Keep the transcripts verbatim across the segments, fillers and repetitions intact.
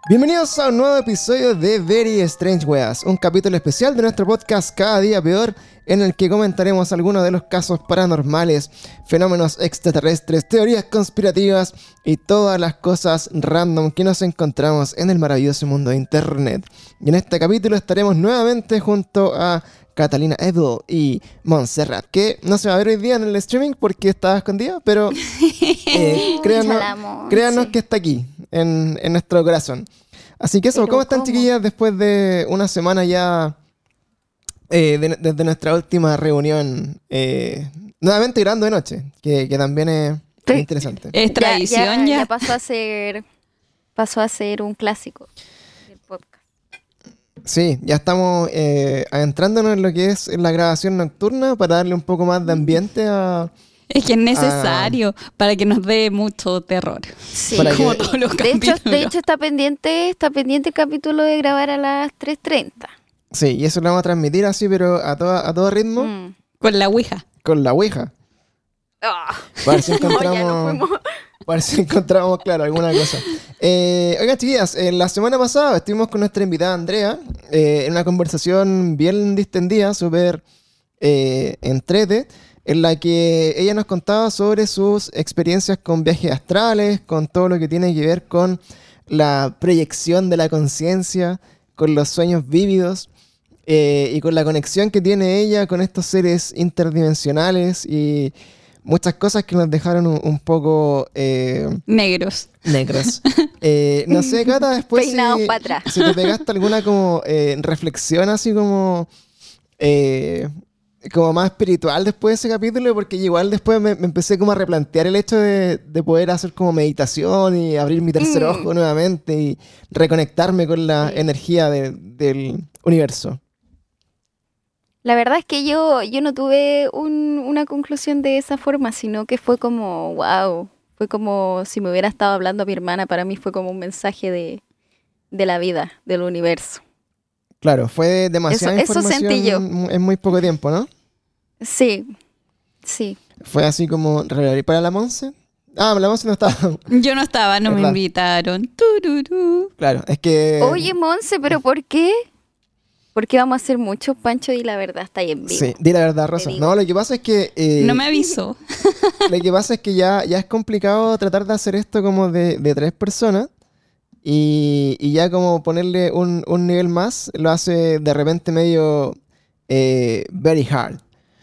Bienvenidos a un nuevo episodio de Very Strange Weas, un capítulo especial de nuestro podcast Cada Día Peor, en el que comentaremos algunos de los casos paranormales, fenómenos extraterrestres, teorías conspirativas y todas las cosas random que nos encontramos en el maravilloso mundo de internet. Y en este capítulo estaremos nuevamente junto a Catalina Evil y Montserrat, que no se va a ver hoy día en el streaming porque estaba escondida, pero eh, créanos, créanos que está aquí, en, en nuestro corazón. Así que eso, ¿cómo están, ¿cómo? chiquillas, después de una semana ya eh, de, desde nuestra última reunión, eh, nuevamente grabando de noche, que, que también es, es interesante? Es tradición ya, ya, ya. ya pasó a ser pasó a ser un clásico del podcast. Sí, ya estamos eh, adentrándonos en lo que es la grabación nocturna para darle un poco más de ambiente a... Es que es necesario a, para que nos dé mucho terror. Sí, como que, todos los de capítulos. hecho, de hecho está pendiente, está pendiente el capítulo de grabar a las tres treinta. Sí, y eso lo vamos a transmitir así, pero a, toda, a todo ritmo. Mm. Con la ouija. Con la ouija. Oh. Para ver si No, encontramos... ya no fuimos. Para ver si encontramos, claro, alguna cosa. Eh, oigan, chiquillas, eh, la semana pasada estuvimos con nuestra invitada Andrea eh, en una conversación bien distendida, súper eh, entrete, en la que ella nos contaba sobre sus experiencias con viajes astrales, con todo lo que tiene que ver con la proyección de la conciencia, con los sueños vívidos eh, y con la conexión que tiene ella con estos seres interdimensionales y muchas cosas que nos dejaron un, un poco... Eh, negros. Negros. Eh, no sé, Cata, después Peinados si, para atrás. si te pegaste alguna como eh, reflexión así como... Eh, como más espiritual después de ese capítulo, porque igual después me, me empecé como a replantear el hecho de, de poder hacer como meditación y abrir mi tercer Mm. ojo nuevamente y reconectarme con la Sí. energía de- del universo. La verdad es que yo, yo no tuve un- una conclusión de esa forma, sino que fue como, wow, fue como si me hubiera estado hablando a mi hermana. Para mí fue como un mensaje de, de la vida, del universo. Claro, fue demasiada Eso- eso información sentí yo. en muy poco tiempo, ¿no? Sí, sí. Fue así como... ¿Y para la Monse? Ah, la Monse no estaba. Yo no estaba, no me ¿Verdad? invitaron. Tururú. Claro, es que... Oye, Monse, ¿pero por qué? Porque vamos a hacer mucho, Pancho, y la verdad está ahí en vivo. Sí, di la verdad, Rosa. digo. No, lo que pasa es que... eh, No me avisó. Lo que pasa es que ya, ya es complicado tratar de hacer esto como de, de tres personas y, y ya como ponerle un, un nivel más lo hace de repente medio eh, very hard.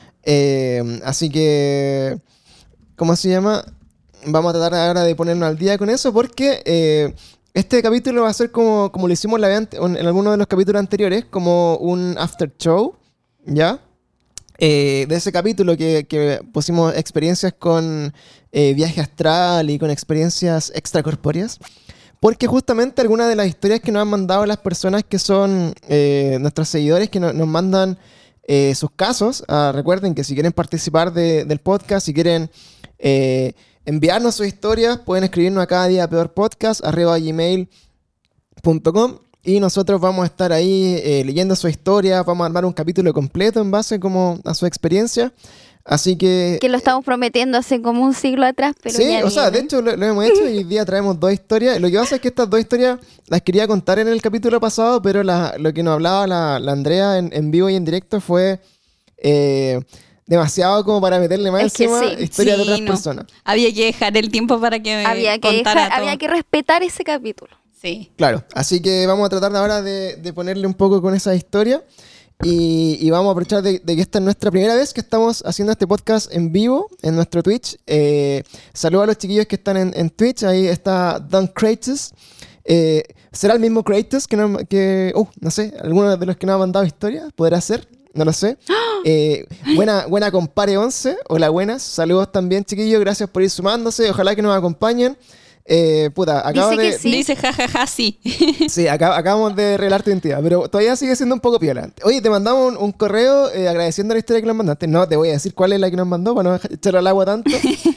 Eh, así que, ¿cómo se llama? Vamos a tratar ahora de ponernos al día con eso porque eh, este capítulo va a ser como, como lo hicimos la vez ante- en alguno de los capítulos anteriores, como un after show, ¿ya? Eh, de ese capítulo que, que pusimos experiencias con eh, viaje astral y con experiencias extracorpóreas. Porque justamente algunas de las historias que nos han mandado las personas que son eh, nuestros seguidores, que no- nos mandan eh, sus casos, ah, recuerden que si quieren participar de- del podcast, si quieren eh, enviarnos sus historias, pueden escribirnos a cada día peor podcast, arroba gmail punto com. Y nosotros vamos a estar ahí eh, leyendo su historia, vamos a armar un capítulo completo en base como a su experiencia. Así que... Que lo estamos prometiendo hace como un siglo atrás, pero sí, ya o sea, de viene. hecho lo, lo hemos hecho y hoy día traemos dos historias. Lo que pasa es que estas dos historias las quería contar en el capítulo pasado, pero la- lo que nos hablaba la, la Andrea en, en vivo y en directo fue eh, demasiado como para meterle más Es que encima sí. historias de Sí, otras no. personas. Había que dejar el tiempo para que Había que, contara dejar- todo. había que respetar ese capítulo. Sí. Claro, así que vamos a tratar ahora de, de ponerle un poco con esa historia y, y vamos a aprovechar de, de que esta es nuestra primera vez que estamos haciendo este podcast en vivo en nuestro Twitch. Eh, saludos a los chiquillos que están en, en Twitch, ahí está Don Kratos. Eh, ¿Será el mismo Kratos que, no, que uh, no sé, alguno de los que nos ha mandado historia? ¿Podrá ser? No lo sé. Eh, buena, buena compare once. Hola, buenas. Saludos también, chiquillos. Gracias por ir sumándose. Ojalá que nos acompañen. Eh, puta, acabo Dice de... que sí. Dice jajaja, sí. Sí, acá- acabamos de revelar tu identidad, pero todavía sigue siendo un poco piola. Oye, te mandamos un, un correo eh, agradeciendo la historia que nos mandaste. No, te voy a decir cuál es la que nos mandó para no dejar- echarle al agua tanto.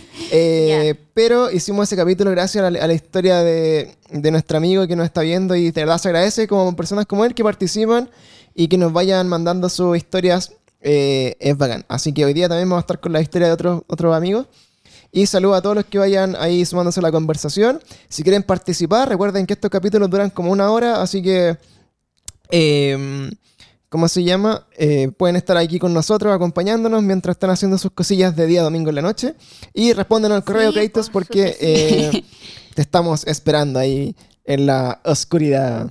Eh, pero hicimos ese capítulo gracias a la, a la historia de, de nuestro amigo que nos está viendo y de verdad se agradece como personas como él que participan y que nos vayan mandando sus historias. Eh, es bacán. Así que hoy día también vamos a estar con la historia de otros otros amigos. Y saludo a todos los que vayan ahí sumándose a la conversación. Si quieren participar, recuerden que estos capítulos duran como una hora, así que... Eh, ¿Cómo se llama? Eh, pueden estar aquí con nosotros acompañándonos mientras están haciendo sus cosillas de día domingo en la noche. Y responden al correo, Sí, Kreitos, por porque supuesto. eh, te estamos esperando ahí en la oscuridad.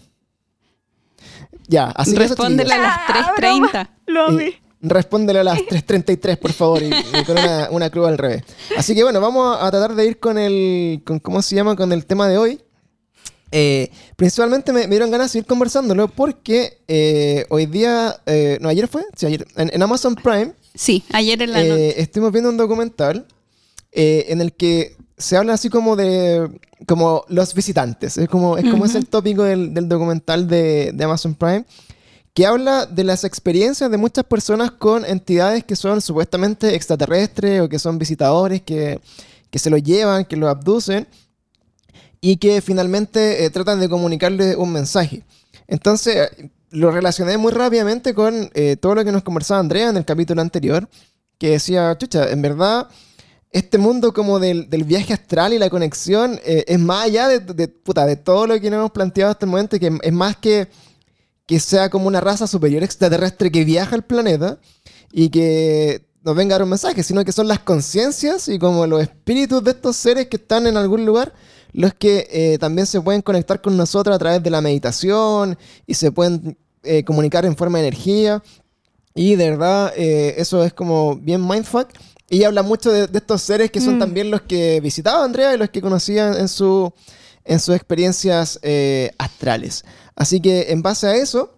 Ya, así que eso, Respóndele a chiquillos. las tres treinta. Lo amé. Y respóndele a las tres treinta y tres, por favor, y, y con una, una cruz al revés. Así que bueno, vamos a tratar de ir con el, con, ¿cómo se llama? Con el tema de hoy. Eh, principalmente me, me dieron ganas de seguir conversándolo porque eh, hoy día, eh, no, ayer fue, sí, ayer, en, en Amazon Prime Sí, ayer en la eh, noche. estuvimos viendo un documental eh, en el que se habla así como de como los visitantes, es como, es como Ujú. es el tópico del, del documental de, de Amazon Prime, que habla de las experiencias de muchas personas con entidades que son supuestamente extraterrestres o que son visitadores, que, que se los llevan, que los abducen y que finalmente eh, tratan de comunicarle un mensaje. Entonces, eh, lo relacioné muy rápidamente con eh, todo lo que nos conversaba Andrea en el capítulo anterior, que decía, chucha, en verdad, este mundo como del, del viaje astral y la conexión eh, es más allá de, de, puta, de todo lo que nos hemos planteado hasta el momento, que es más que que sea como una raza superior extraterrestre que viaja al planeta y que nos venga a dar un mensaje, sino que son las conciencias y como los espíritus de estos seres que están en algún lugar los que eh, también se pueden conectar con nosotros a través de la meditación y se pueden eh, comunicar en forma de energía. Y de verdad, eh, eso es como bien mindfuck. Y ella habla mucho de, de estos seres que son Mm. también los que visitaba Andrea y los que conocía en, su, en sus experiencias eh, astrales. Así que en base a eso,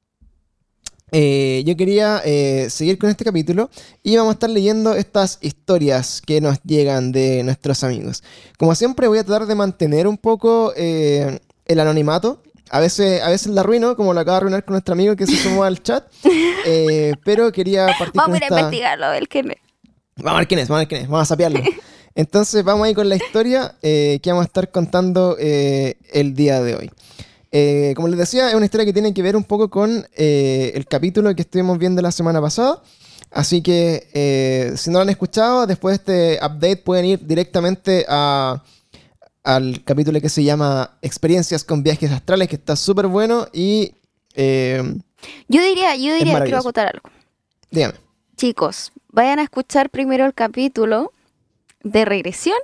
eh, yo quería eh, seguir con este capítulo y vamos a estar leyendo estas historias que nos llegan de nuestros amigos. Como siempre, voy a tratar de mantener un poco eh, el anonimato. A veces, a veces la arruino, como lo acaba de arruinar con nuestro amigo que se sumó al chat. Eh, pero quería partir Vamos con a ir a esta... investigarlo, a ver qué me... Vamos a ver quién es, vamos a ver quién es, vamos a sapearlo. Entonces vamos ahí con la historia eh, que vamos a estar contando eh, el día de hoy. Eh, como les decía, es una historia que tiene que ver un poco con eh, el capítulo que estuvimos viendo la semana pasada. Así que eh, si no lo han escuchado, después de este update pueden ir directamente a, al capítulo que se llama Experiencias con viajes astrales, que está súper bueno y... Eh, Yo diría, yo diría, quiero maravilloso. acotar algo. dígame. Chicos, vayan a escuchar primero el capítulo de regresión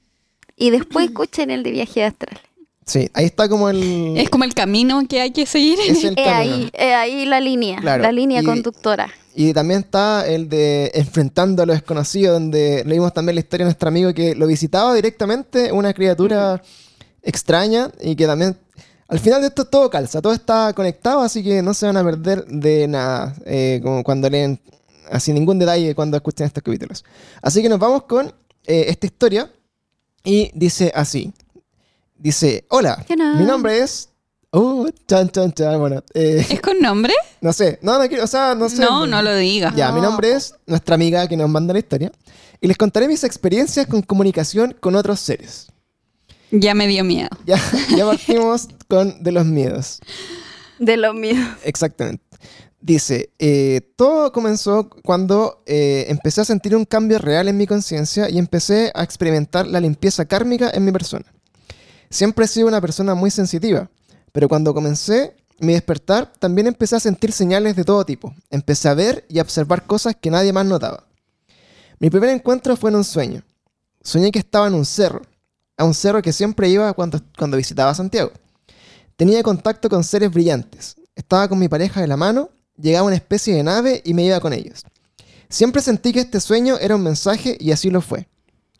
y después escuchen el de viaje astral. Sí, ahí está como el... Es como el camino que hay que seguir. es el Es camino. ahí, es ahí la línea, Claro, la línea y- conductora. Y también está el de Enfrentando a lo desconocido, donde leímos también la historia de nuestro amigo que lo visitaba directamente, una criatura extraña y que también... Al final de esto todo calza, todo está conectado, así que no se van a perder de nada eh, como cuando leen así ningún detalle cuando escuchen estos capítulos. Así que nos vamos con eh, esta historia y dice así. Dice, hola, Tcharam. mi nombre es... Uh, chan, chan, chan, bueno, eh, ¿Es con nombre? no sé, no, no quiero, o sea, no sé. No, no lo digas. Ya, mi No. nombre es nuestra amiga que nos manda la historia y les contaré mis experiencias con comunicación con otros seres. Ya me dio miedo. Ya, ya partimos con de los miedos. De lo mío. Exactamente. Dice, eh, todo comenzó cuando eh, empecé a sentir un cambio real en mi conciencia y empecé a experimentar la limpieza kármica en mi persona. Siempre he sido una persona muy sensitiva, pero cuando comencé mi despertar también empecé a sentir señales de todo tipo. Empecé a ver y a observar cosas que nadie más notaba. Mi primer encuentro fue en un sueño. Soñé que estaba en un cerro, a un cerro que siempre iba cuando, cuando visitaba Santiago. Tenía contacto con seres brillantes. Estaba con mi pareja de la mano, llegaba una especie de nave y me iba con ellos. Siempre sentí que este sueño era un mensaje y así lo fue.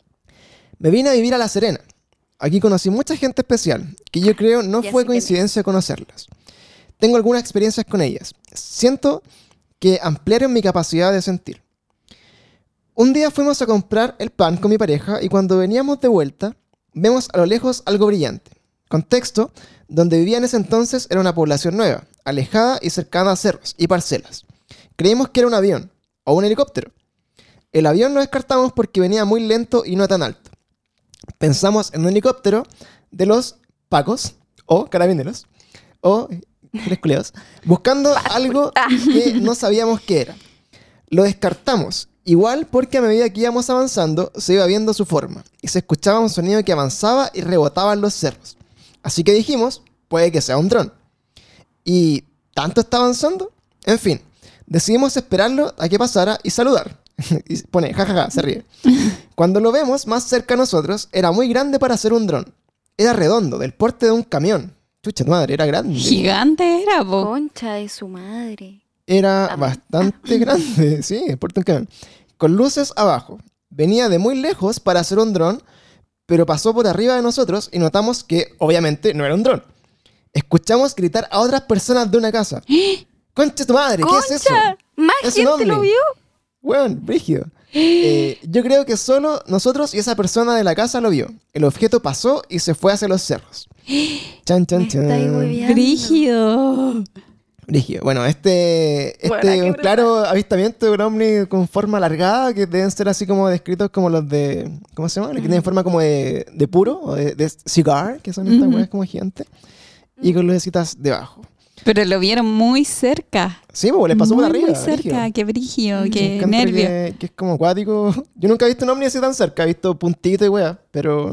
Me vine a vivir a La Serena. Aquí conocí mucha gente especial, que yo creo no Ya fue sé quién coincidencia conocerlas. Tengo algunas experiencias con ellas. Siento que ampliaron mi capacidad de sentir. Un día fuimos a comprar el pan con mi pareja y cuando veníamos de vuelta, vemos a lo lejos algo brillante. Contexto, donde vivía en ese entonces era una población nueva, alejada y cercana a cerros y parcelas. Creímos que era un avión o un helicóptero. El avión lo descartamos porque venía muy lento y no tan alto. Pensamos en un helicóptero de los pacos o carabineros o giles culiados, buscando algo que no sabíamos qué era. Lo descartamos Igual porque a medida que íbamos avanzando, se iba viendo su forma, y se escuchaba un sonido que avanzaba y rebotaba en los cerros. Así que dijimos, puede que sea un dron. Y tanto está avanzando. En fin, decidimos esperarlo a que pasara y saludar. Y pone, jajaja, ja, ja, se ríe. Cuando lo vemos más cerca a nosotros, era muy grande para ser un dron. Era redondo, del porte de un camión. Chucha, tu madre, era grande. Gigante era, po. Concha de su madre. Era bastante grande, sí, el porte de un camión. Con luces abajo. Venía de muy lejos para ser un dron, pero pasó por arriba de nosotros y notamos que, obviamente, no era un dron. Escuchamos gritar a otras personas de una casa. ¡Concha tu madre! ¿Qué ¡Concha! es eso? ¿Más ¿Es un gente lo ovni? vio? Weón, brígido. Eh, yo creo que solo nosotros y esa persona de la casa lo vio. El objeto pasó y se fue hacia los cerros. Chan, chan, Me estáis chan. hueveando. Brígido. Brígido. Bueno, este, este Bueno, qué un brutal. claro avistamiento de un ovni con forma alargada, que deben ser así como descritos como los de, ¿cómo se llama? Los que tienen forma como de, de puro, o de, de cigar, que son estas Ujú. weas como gigantes, y con lucecitas debajo. Pero lo vieron muy cerca. Sí, pues les pasó muy, por arriba. Muy cerca. brígido. Qué brígido, Sí, qué encuentro nervio. Que, que es como acuático. Yo nunca he visto un ovni así tan cerca, he visto puntitos y weas, pero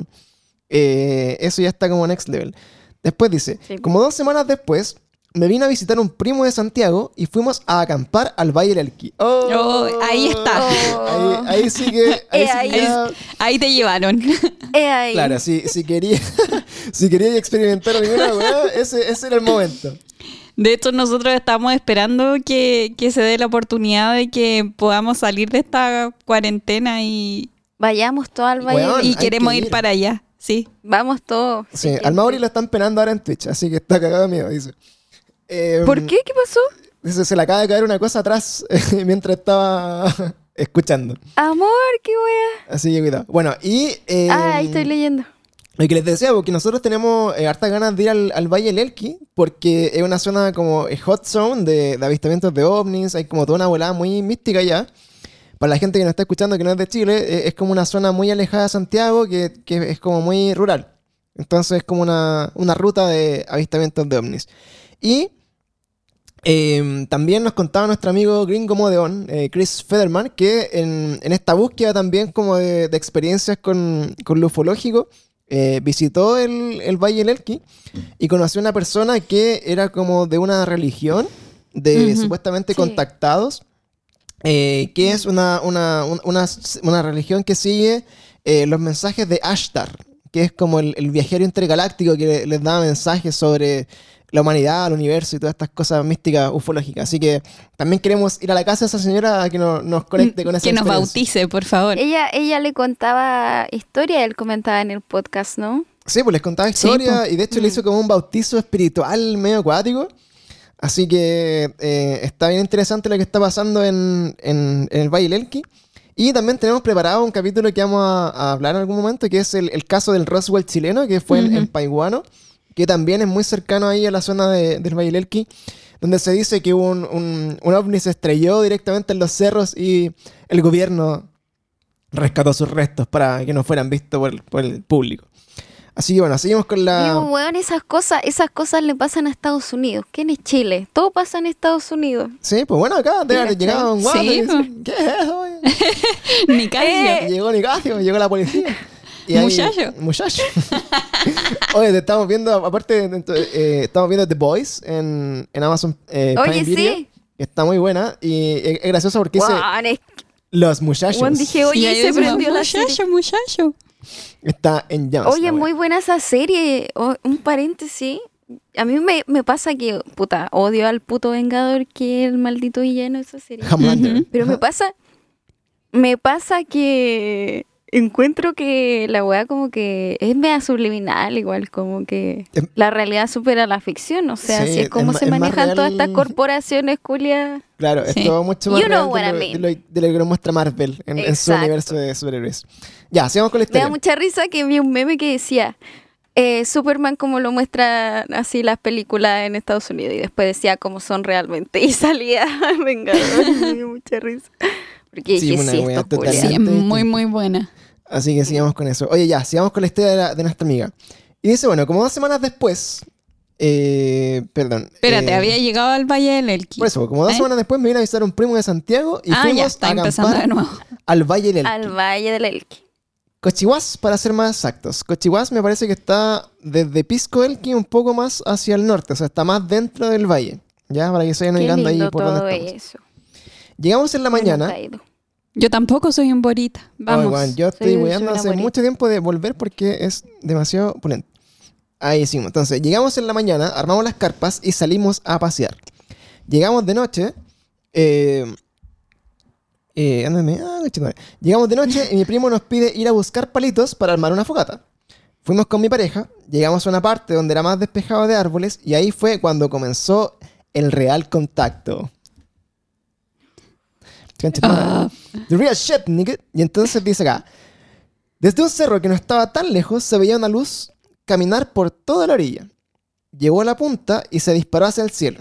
eh, eso ya está como next level. Después dice, Sí. como dos semanas después, me vino a visitar un primo de Santiago y fuimos a acampar al Valle del Elqui. ¡Oh! Oh, ahí está. Oh. Ahí, ahí sí que... Ahí Eh, sí ahí que ya- Ahí te llevaron. Eh, ahí. claro, si, si quería si quería experimentar alguna wea, ese, ese era el momento. De hecho, nosotros estamos esperando que, que se dé la oportunidad de que podamos salir de esta cuarentena y, Vayamos todos al Valle. Weón, del- y hay queremos que ir ir. para allá. Sí. Vamos todos. Sí, gente. al Mauri lo están penando ahora en Twitch, así que está cagado de miedo, dice. Eh, ¿Por qué? ¿Qué pasó? Dice, se le acaba de caer una cosa atrás mientras estaba escuchando. Amor, qué wea. Así que cuidado. Bueno, y... eh, Ah, ahí estoy leyendo. Lo que les decía, porque nosotros tenemos eh, hartas ganas de ir al, al Valle del Elqui, porque es una zona como eh, hot zone de, de avistamientos de ovnis, hay como toda una volada muy mística allá. Para la gente que nos está escuchando que no es de Chile, eh, es como una zona muy alejada de Santiago, que, que es como muy rural. Entonces es como una, una ruta de avistamientos de ovnis. Y eh, también nos contaba nuestro amigo gringo modeón, eh, Chris Federman, que en, en esta búsqueda también como de, de experiencias con, con lo ufológico, eh, visitó el, el Valle del Elqui y conoció a una persona que era como de una religión de Ujú. supuestamente Sí. contactados, eh, que es una, una, un- una, una religión que sigue eh, los mensajes de Ashtar, que es como el, el viajero intergaláctico que les da mensajes sobre la humanidad, el universo y todas estas cosas místicas ufológicas. Así que también queremos ir a la casa de esa señora a que nos, nos conecte con esa Que nos experiencia. bautice, por favor. Ella, ella le contaba historia, él comentaba en el podcast, ¿no? Sí, pues les contaba Sí, historia pues. y de hecho le hizo como un bautizo espiritual medio acuático. Así que eh, está bien interesante lo que está pasando en, en- en el Valle del Elqui. Y también tenemos preparado un capítulo que vamos a, a hablar en algún momento, que es el, el caso del Roswell chileno, que fue en, Ujú. en Paiguano, que también es muy cercano ahí a la zona de- del Valle del Elqui, donde se dice que un, un, un ovni se estrelló directamente en los cerros y el gobierno rescató sus restos para que no fueran vistos por, el- por el público. Así que bueno, seguimos con la... Digo, weón, esas cosas, esas cosas le pasan a Estados Unidos. ¿Quién es Chile? Todo pasa en Estados Unidos. Sí, pues bueno, acá debe haber ¿cachai? llegado un guapo Sí, y pues. decir, ¿qué es eso? oye?" Ni casi. Eh. Y llegó Nicasio, llegó la policía. Y Muchacho. Muchacho. Oye, te estamos viendo, aparte, eh, estamos viendo The Boys en, en Amazon eh, Oye, Prime Video, sí. que está muy buena y es, es gracioso porque dice Weón, es- los muchachos. weón, dije, oye, Y ahí se decimos, prendió la serie. muchacho, muchacho. Está en llamas. Oye, la muy wea. buena esa serie. O- un paréntesis. A mí me, me pasa que, puta, odio al puto Vengador que es el maldito villano de esa serie. Homelander. Ujú. Pero me pasa, me pasa que encuentro que la weá como que es media subliminal, igual como que Em- la realidad supera la ficción. O sea, Sí, si es como es se ma- es más manejan todas real. estas corporaciones, culias. Claro, es Sí. todo mucho más You real know what de, I lo, mean. de lo- de lo que nos muestra Marvel en, en su Exacto. universo de superhéroes. Ya, sigamos con la Me da historia. mucha risa que vi un meme que decía eh, Superman como lo muestran así las películas en Estados Unidos y después decía cómo son realmente y salía Vengador. Me dio mucha risa. Porque Sí, dije, una sí, wea estos totalmente Sí, culiados. es muy, distinto. muy buena. Así que sigamos con eso. Oye, ya, sigamos con la historia de, la- de nuestra amiga. Y dice, bueno, como dos semanas después, Eh, perdón. Espérate, eh, había llegado al Valle del Elqui. Por eso, como dos ¿Eh? semanas después me vino a visitar un primo de Santiago y Ah, ya, fuimos está a empezando de acampar nuevo. al Valle del Elqui. Al Valle del Elqui. Cochihuas, para ser más exactos. Cochihuas me parece que está desde Pisco Elqui un poco más hacia el norte, o sea, está más dentro del valle. Ya, para que se vayan Qué ubicando ahí lindo por todo donde estamos. eso. Llegamos en la Yo mañana. nunca he ido. Yo tampoco soy un borita. Vamos. Ay, weón, yo Soy- estoy soy weando una hace bonita. mucho tiempo de volver porque es demasiado pulento. Ahí hicimos. Entonces, llegamos en la mañana, armamos las carpas y salimos a pasear. Llegamos de noche. Eh, eh, ándame, ah, conchetumare. Llegamos de noche y mi primo nos pide ir a buscar palitos para armar una fogata. Fuimos con mi pareja, llegamos a una parte donde era más despejado de árboles y ahí fue cuando comenzó el real contacto. Conchetumare. Ah, The real shit, nigga. Y entonces dice acá: desde un cerro que no estaba tan lejos se veía una luz caminar por toda la orilla. Llegó a la punta y se disparó hacia el cielo.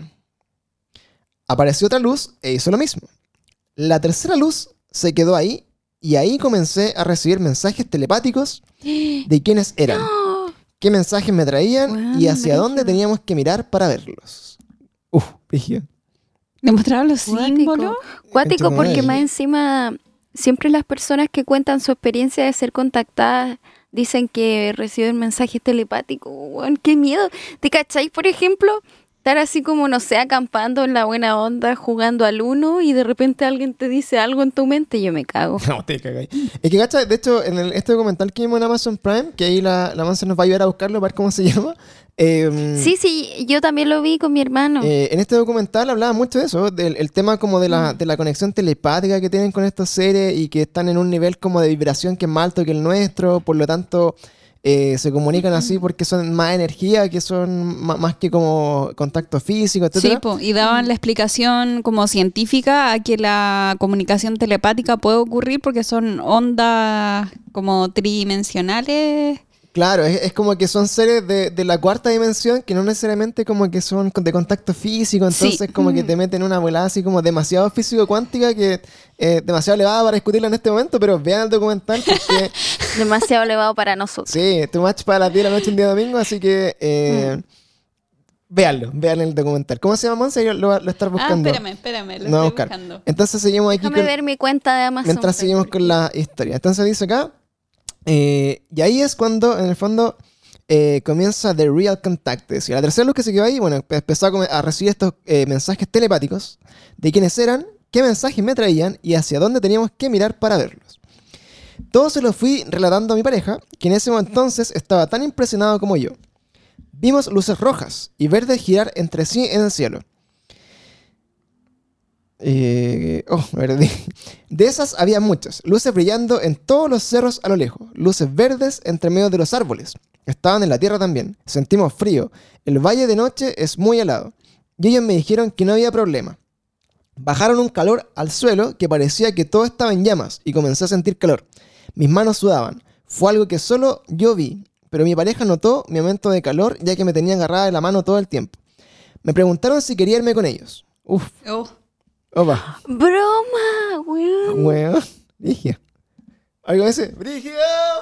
Apareció otra luz e hizo lo mismo. La tercera luz se quedó ahí y ahí comencé a recibir mensajes telepáticos de quiénes eran, qué mensajes me traían Weón, y hacia dónde brígido. teníamos que mirar para verlos. Uf, brígido. ¿demostraron los Cuático. símbolos? Cuático, Conchetumare. porque más encima, siempre las personas que cuentan su experiencia de ser contactadas dicen que reciben mensajes telepáticos. Weón, qué miedo. ¿Te cacháis, por ejemplo? Estar así como, no sé, acampando en la buena onda, jugando al uno y de repente alguien te dice algo en tu mente y yo me cago. No, te cagáis. Es que, gacha, de hecho, en el- este documental que vimos en Amazon Prime, que ahí la, la Mansa nos va a ayudar a buscarlo para ver cómo se llama. eh, Sí, sí, yo también lo vi con mi hermano. eh, en este documental hablaba mucho de eso, del el tema como de la, de la conexión telepática que tienen con estos seres y que están en un nivel como de vibración que es más alto que el nuestro, por lo tanto eh, se comunican así porque son más energía, que son ma- más que como contacto físico, Sí, etcétera. po, y daban la explicación como científica a que la comunicación telepática puede ocurrir porque son ondas como tridimensionales. Claro, es, es como que son seres de, de la cuarta dimensión que no necesariamente como que son con- de contacto físico, entonces Sí. como que te meten una volada así como demasiado físico-cuántica que eh, demasiado elevada para discutirla en este momento, pero vean el documental porque Demasiado elevado para nosotros. sí, too much para las diez de la noche un día domingo, así que eh, véanlo, vean el documental. ¿Cómo se llama, Monse? Yo lo voy a lo voy a estar Ah, buscando. espérame, espérame, lo No voy a estoy buscar. buscando. Entonces seguimos aquí Déjame con, ver mi cuenta de Amazon. mientras Prime, seguimos porque- con la historia. Entonces dice acá, eh, y ahí es cuando, en el fondo, eh, comienza The Real Contact. Es decir, la tercera luz que se quedó ahí, bueno, empezó a, come- a recibir estos eh, mensajes telepáticos de quiénes eran, qué mensajes me traían y hacia dónde teníamos que mirar para verlos. Todo se lo fui relatando a mi pareja, que en ese entonces estaba tan impresionado como yo. Vimos luces rojas y verdes girar entre sí en el cielo. Eh, oh, me perdí. De esas había muchas, luces brillando en todos los cerros a lo lejos, luces verdes entre medio de los árboles. Estaban en la tierra también. Sentimos frío. El valle de noche es muy helado. Y ellos me dijeron que no había problema. Bajaron un calor al suelo que parecía que todo estaba en llamas y comencé a sentir calor. Mis manos sudaban. Fue algo que solo yo vi, pero mi pareja notó mi aumento de calor ya que me tenía agarrada de la mano todo el tiempo. Me preguntaron si quería irme con ellos. Uf, Oh. opa. ¡Broma, weón! Weón, Brígido. Algo ese. ¡Brígido!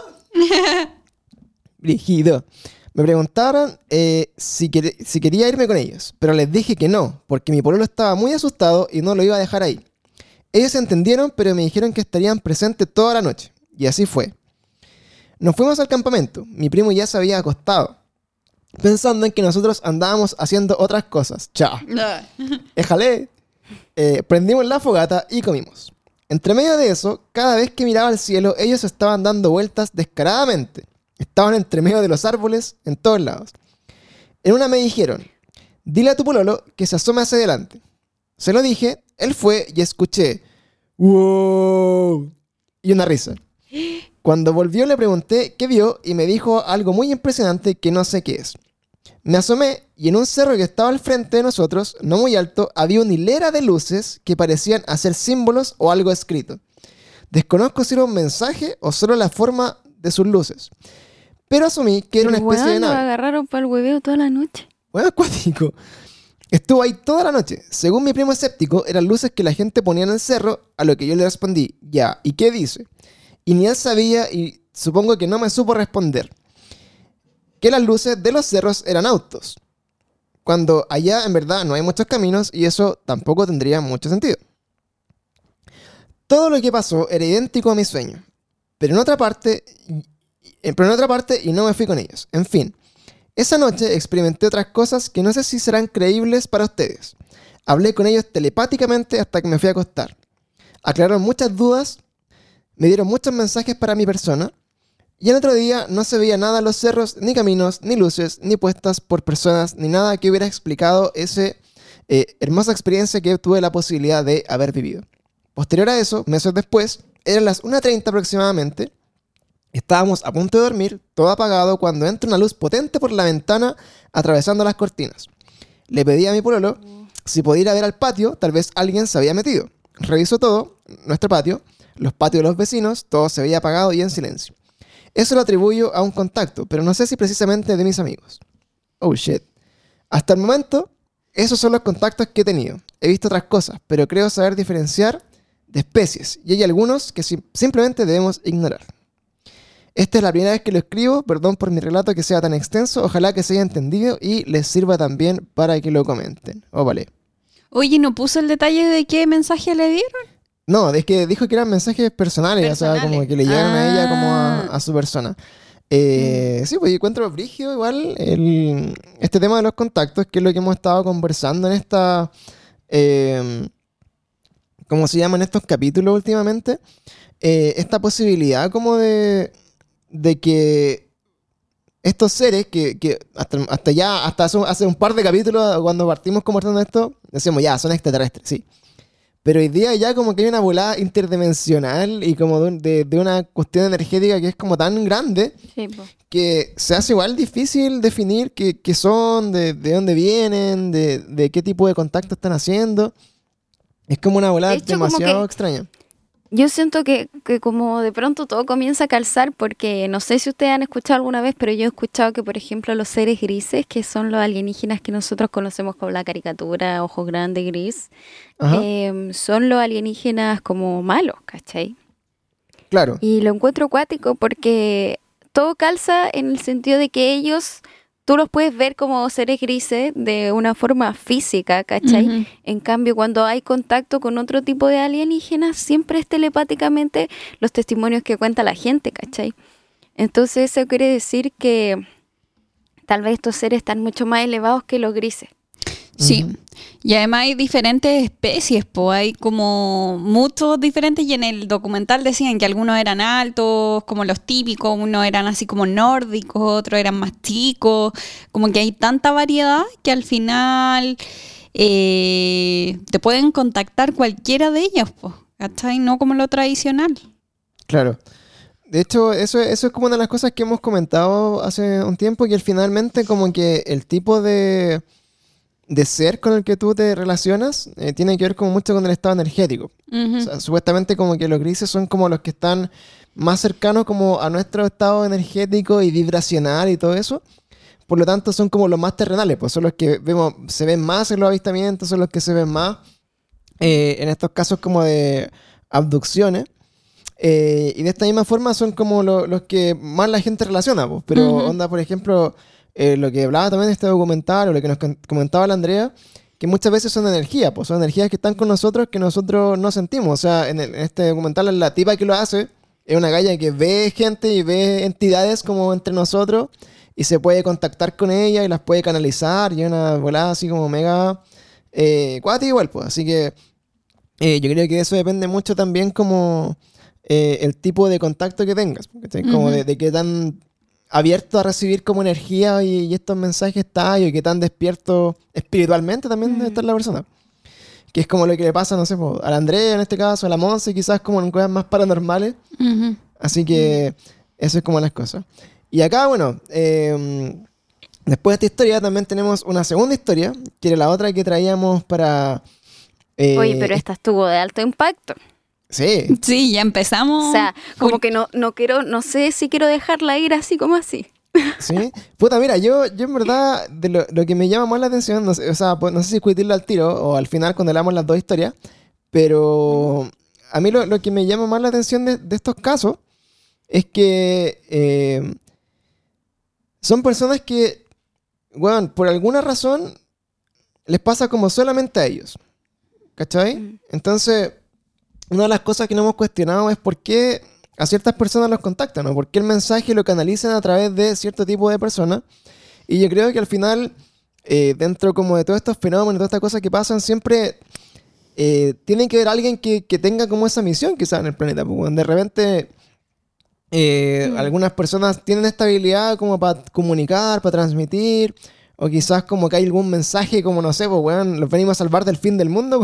Brígido. Me preguntaron eh, si, quer- si quería irme con ellos, pero les dije que no, porque mi pololo estaba muy asustado y no lo iba a dejar ahí. Ellos entendieron, pero me dijeron que estarían presentes toda la noche. Y así fue. Nos fuimos al campamento. Mi primo ya se había acostado, pensando en que nosotros andábamos haciendo otras cosas. Chao. Éjale. Eh, prendimos la fogata y comimos. Entre medio de eso, cada vez que miraba al cielo, ellos estaban dando vueltas descaradamente. Estaban entre medio de los árboles, en todos lados. En una me dijeron, dile a tu pololo que se asome hacia adelante. Se lo dije, él fue y escuché, ¡wow! Y una risa. Cuando volvió le pregunté qué vio y me dijo algo muy impresionante que no sé qué es. Me asomé y en un cerro que estaba al frente de nosotros, no muy alto, había una hilera de luces que parecían hacer símbolos o algo escrito. Desconozco si era un mensaje o solo la forma de sus luces, pero asumí que era una Pero, especie de weón, nos nave. agarraron para el hueveo toda la noche. Bueno, acuático. Estuvo ahí toda la noche. Según mi primo escéptico, eran luces que la gente ponía en el cerro, a lo que yo le respondí, ya, ¿y qué dice? Y ni él sabía y supongo que no me supo responder. Que las luces de los cerros eran autos. cuando allá en verdad no hay muchos caminos y eso tampoco tendría mucho sentido. Todo lo que pasó era idéntico a mi sueño, pero en otra parte, pero en otra parte y no me fui con ellos. En fin, esa noche experimenté otras cosas que no sé si serán creíbles para ustedes. Hablé con ellos telepáticamente hasta que me fui a acostar. Aclararon muchas dudas, me dieron muchos mensajes para mi persona, y el otro día no se veía nada en los cerros, ni caminos, ni luces, ni puestas por personas, ni nada que hubiera explicado esa eh, hermosa experiencia que tuve la posibilidad de haber vivido. Posterior a eso, meses después, eran las una treinta aproximadamente, estábamos a punto de dormir, todo apagado, cuando entra una luz potente por la ventana atravesando las cortinas. Le pedí a mi pololo si podía ir a ver al patio, tal vez alguien se había metido. Revisó todo, nuestro patio, los patios de los vecinos, todo se veía apagado y en silencio. Eso lo atribuyo a un contacto, pero no sé si precisamente de mis amigos. Oh shit. Hasta el momento, esos son los contactos que he tenido. He visto otras cosas, pero creo saber diferenciar de especies, y hay algunos que sim- simplemente debemos ignorar. Esta es la primera vez que lo escribo, perdón por mi relato que sea tan extenso, ojalá que se haya entendido y les sirva también para que lo comenten. Oh, vale. Oye, ¿no puso el detalle de qué mensaje le dieron? No, es que dijo que eran mensajes personales, Personales. o sea, como que le llegaron a ella como a, Ah. a su persona. Eh, mm. Sí, pues yo encuentro brígido igual el, este tema de los contactos, que es lo que hemos estado conversando en esta... Eh, ¿cómo se llaman estos capítulos últimamente? Eh, esta posibilidad como de, de que estos seres que, que hasta, hasta ya, hasta hace, hace un par de capítulos, cuando partimos conversando esto, decíamos ya, son extraterrestres, sí. Pero hoy día ya como que hay una volada interdimensional y como de, de, de una cuestión energética que es como tan grande Sí, po. que se hace igual difícil definir qué, qué son, de, de dónde vienen, de, de qué tipo de contacto están haciendo. Es como una volada De hecho, como demasiado que- extraña. Yo siento que, que como de pronto todo comienza a calzar porque no sé si ustedes han escuchado alguna vez, pero yo he escuchado que, por ejemplo, los seres grises, que son los alienígenas que nosotros conocemos como la caricatura, ojos grandes, gris, Ajá, eh, son los alienígenas como malos, ¿cachai? claro. Y lo encuentro acuático porque todo calza en el sentido de que ellos, tú los puedes ver como seres grises de una forma física, ¿cachai? Ujú. En cambio, cuando hay contacto con otro tipo de alienígenas, siempre es telepáticamente los testimonios que cuenta la gente, ¿cachai? Entonces eso quiere decir que tal vez estos seres están mucho más elevados que los grises. Sí, Ujú. y además hay diferentes especies, pues hay como muchos diferentes y en el documental decían que algunos eran altos, como los típicos, unos eran así como nórdicos, otros eran más chicos, como que hay tanta variedad que al final eh, te pueden contactar cualquiera de ellas, pues, ¿cachai? No como lo tradicional. Claro. De hecho, eso, eso es como una de las cosas que hemos comentado hace un tiempo, que finalmente como que el tipo de, de ser con el que tú te relacionas eh, tiene que ver como mucho con el estado energético. Ujú. O sea, supuestamente como que los grises son como los que están más cercanos como a nuestro estado energético y vibracional y todo eso. Por lo tanto, son como los más terrenales, pues son los que vemos, se ven más en los avistamientos, son los que se ven más eh, en estos casos como de abducciones. Eh, y de esta misma forma son como lo- los que más la gente relaciona, pues. Pero Ujú. onda, por ejemplo, eh, lo que hablaba también de este documental, o lo que nos con- comentaba la Andrea, que muchas veces son energías, pues son energías que están con nosotros que nosotros no sentimos. O sea, en, el- en este documental la tipa que lo hace es una galla que ve gente y ve entidades como entre nosotros y se puede contactar con ella y las puede canalizar y es una volada así como mega eh, cuática igual, pues. Así que eh, yo creo que eso depende mucho también como eh, el tipo de contacto que tengas, ¿cachai? Como Ujú. de, de qué tan abierto a recibir como energía y, y estos mensajes está y qué tan despierto espiritualmente también debe Mm. estar la persona. Que es como lo que le pasa, no sé, po, a la Andrea en este caso, a la Monse quizás como en cosas más paranormales. Ujú. Así que eso es como las cosas. Y acá, bueno, eh, después de esta historia también tenemos una segunda historia, que era la otra que traíamos para... eh, Oye, pero esta estuvo de alto impacto. Sí, Sí, ya empezamos. O sea, como full. que no, no quiero, no sé si quiero dejarla ir así como así. sí. Puta, mira, yo, yo en verdad, de lo, lo que me llama más la atención, no sé, o sea, pues, no sé si discutirlo al tiro o al final cuando leamos las dos historias, pero a mí lo, lo que me llama más la atención de, de estos casos es que eh, son personas que, bueno, por alguna razón les pasa como solamente a ellos. ¿Cachai? Mm. Entonces, una de las cosas que no hemos cuestionado es por qué a ciertas personas los contactan, ¿no? ¿Por qué el mensaje lo canalizan a través de cierto tipo de personas? Y yo creo que al final, eh, dentro como de todos estos fenómenos, todas estas cosas que pasan, siempre eh, tiene que haber alguien que, que tenga como esa misión quizás en el planeta. Pues, de repente, eh, Mm. algunas personas tienen esta habilidad como para comunicar, para transmitir, o quizás como que hay algún mensaje como, no sé, pues, weón, los venimos a salvar del fin del mundo,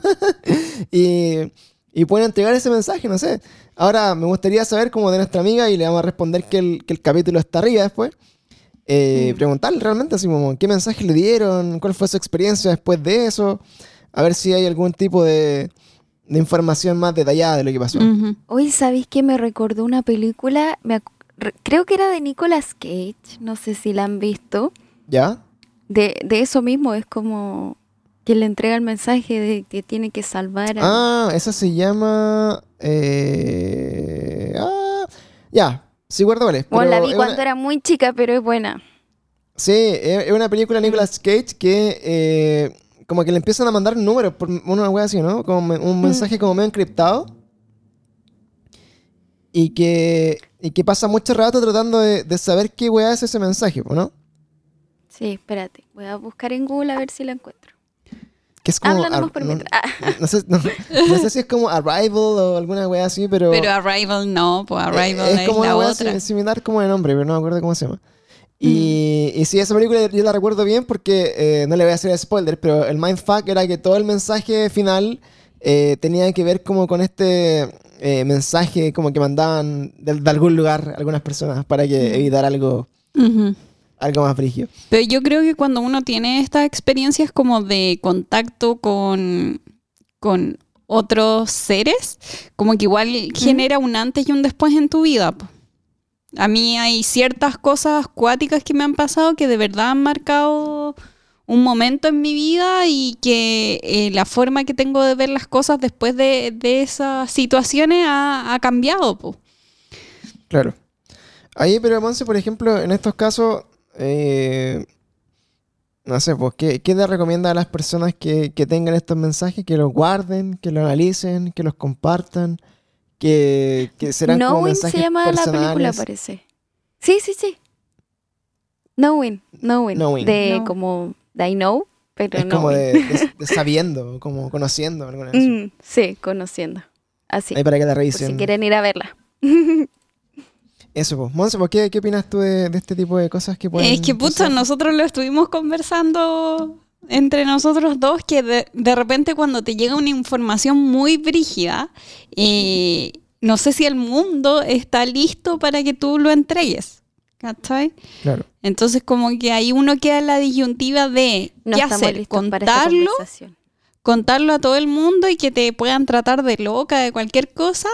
y, y pueden entregar ese mensaje, no sé. Ahora, me gustaría saber como de nuestra amiga, y le vamos a responder que el, que el capítulo está arriba después, eh, Mm. preguntarle realmente así como, ¿qué mensaje le dieron? ¿Cuál fue su experiencia después de eso? A ver si hay algún tipo de, de información más detallada de lo que pasó. Ujú. Hoy, ¿sabéis que me recordó una película? Me ac- re- creo que era de Nicolas Cage, no sé si la han visto. ¿Ya? De, de eso mismo, es como que le entrega el mensaje de que tiene que salvar a... Ah, esa se llama... eh, ah, ya, sí, guardo cuál es. Bueno, la pero vi es cuando una- era muy chica, pero es buena. Sí, es es una película de Nicolas Cage que eh, como que le empiezan a mandar números por una wea así, ¿no? Como me- un mensaje como medio encriptado y que, y que pasa mucho rato tratando de, de saber qué wea es ese mensaje, ¿no? Sí, espérate, voy a buscar en Google a ver si la encuentro. Que es como... Habla nomás ar- por no, mientras. Ah. no sé, no- no sé si es como Arrival o alguna wea así, pero... Pero Arrival no, pues Arrival Eh, es, es como la una wea otra. si- similar como de nombre, pero no me acuerdo cómo se llama. Mm. Y, y sí, esa película yo la recuerdo bien porque, eh, no le voy a hacer spoiler, pero el mindfuck era que todo el mensaje final eh, tenía que ver como con este eh, mensaje como que mandaban de, de algún lugar algunas personas para que Mm. evitar algo, Ujú. algo más brígido. Pero yo creo que cuando uno tiene estas experiencias como de contacto con, con otros seres, como que igual genera un antes y un después en tu vida, po. A mí hay ciertas cosas cuáticas que me han pasado que de verdad han marcado un momento en mi vida y que eh, la forma que tengo de ver las cosas después de, de esas situaciones ha, ha cambiado, po. Claro. Ahí, pero Monse, por ejemplo, en estos casos, eh, no sé, pues, ¿qué, qué le recomienda a las personas que, que tengan estos mensajes? Que los guarden, que los analicen, que los compartan, que, que serán como Knowing se mensajes llama la película, personales. parece. Sí, sí, sí. Knowing, Knowing. Knowing. De No. como, de I know, pero Es como knowing. de, de- de sabiendo, como conociendo. Alguna vez. Mm, sí, conociendo. Así, Ahí para que la por si revisen. quieren ir a verla. Eso, pues. Monse, pues, ¿qué, ¿qué opinas tú de, de este tipo de cosas que pueden Es que, pucha, pasar? nosotros lo estuvimos conversando entre nosotros dos, que de, de repente cuando te llega una información muy brígida, eh, no sé si el mundo está listo para que tú lo entregues, ¿cachai? Claro. Entonces como que ahí uno queda en la disyuntiva de No qué estamos hacer, listos para esta contarlo, conversación. contarlo a todo el mundo y que te puedan tratar de loca, de cualquier cosa,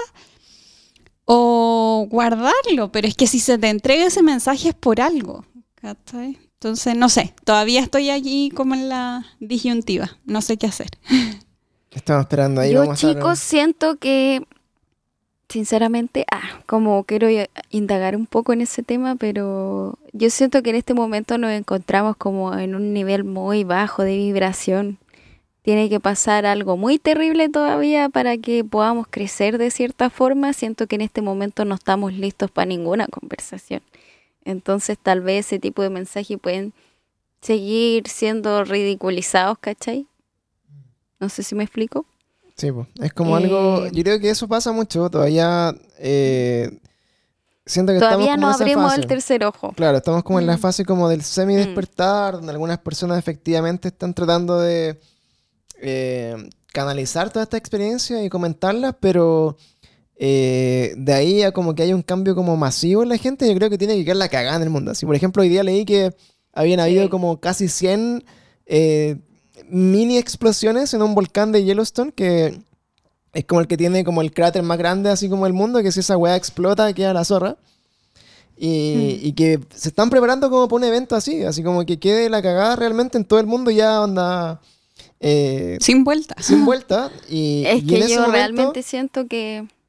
o guardarlo. Pero es que si se te entrega ese mensaje es por algo, ¿cachai? Entonces, no sé, todavía estoy allí como en la disyuntiva, no sé qué hacer. Estamos esperando ahí. Yo, vamos a- chicos, siento que, sinceramente, ah, como quiero i- indagar un poco en ese tema, pero yo siento que en este momento nos encontramos como en un nivel muy bajo de vibración. Tiene que pasar algo muy terrible todavía para que podamos crecer de cierta forma. Siento que en este momento no estamos listos para ninguna conversación. Entonces, tal vez ese tipo de mensajes pueden seguir siendo ridiculizados, ¿cachai? No sé si me explico. Sí, pues. Es como algo. Eh, Yo creo que eso pasa mucho. Todavía. eh, siento que Todavía estamos no como en esa abrimos fase. el tercer ojo. Claro, estamos como en la Mm. fase como del semi-despertar, donde algunas personas efectivamente están tratando de eh, canalizar toda esta experiencia y comentarlas, pero eh, de ahí a como que hay un cambio como masivo en la gente, yo creo que tiene que quedar la cagada en el mundo. Así, por ejemplo, hoy día leí que habían habido Sí. como casi cien eh, mini explosiones en un volcán de Yellowstone, que es como el que tiene como el cráter más grande así como el mundo, que si esa weá explota queda la zorra. Y, Mm. y que se están preparando como para un evento así, así como que quede la cagada realmente en todo el mundo ya onda eh, Sin vuelta. sin vuelta. Y, Es y que en ese yo momento, realmente siento que...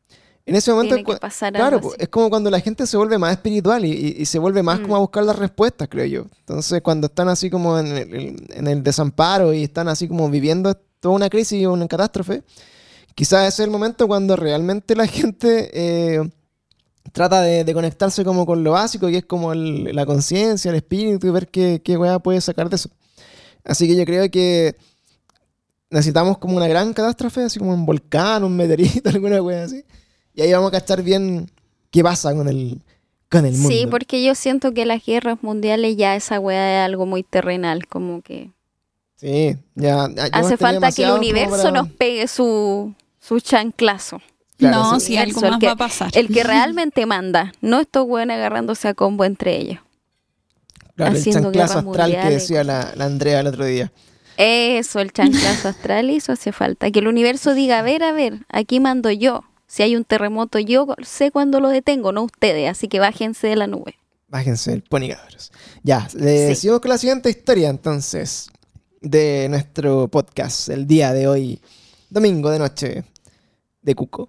En ese momento, Tiene que cu- pasar claro, algo po, así. es como cuando la gente se vuelve más espiritual y, y- y se vuelve más Mm. como a buscar las respuestas, creo yo. Entonces, cuando están así como en el, en el desamparo y están así como viviendo toda una crisis o una catástrofe, quizás ese es el momento cuando realmente la gente eh, trata de, de conectarse como con lo básico, que es como el- la conciencia, el espíritu, y ver qué, qué weá puede sacar de eso. Así que yo creo que necesitamos como una gran catástrofe, así como un volcán, un meteorito, alguna weá así. Y ahí vamos a cachar bien qué pasa con el, con el mundo. Sí, porque yo siento que las guerras mundiales ya esa weá es algo muy terrenal, como que Sí, ya, ya- ya hemos hace tenido falta que el demasiado como universo para- nos pegue su, su chanclazo. Claro, no, sí. si algo el más que- va a pasar. El que realmente manda, no estos weones agarrándose a combo entre ellos. Claro, el haciendo chanclazo guerras astral que mundiales y decía la, la Andrea el otro día. Eso, el chanclazo astral, eso hace falta. Que el universo diga, a ver, a ver, aquí mando yo. Si hay un terremoto, yo sé cuándo lo detengo, no ustedes. Así que bájense de la nube. Bájense el pony, cabros. Ya, le Sí. seguimos con la siguiente historia entonces de nuestro podcast el día de hoy, domingo de noche de Cuco.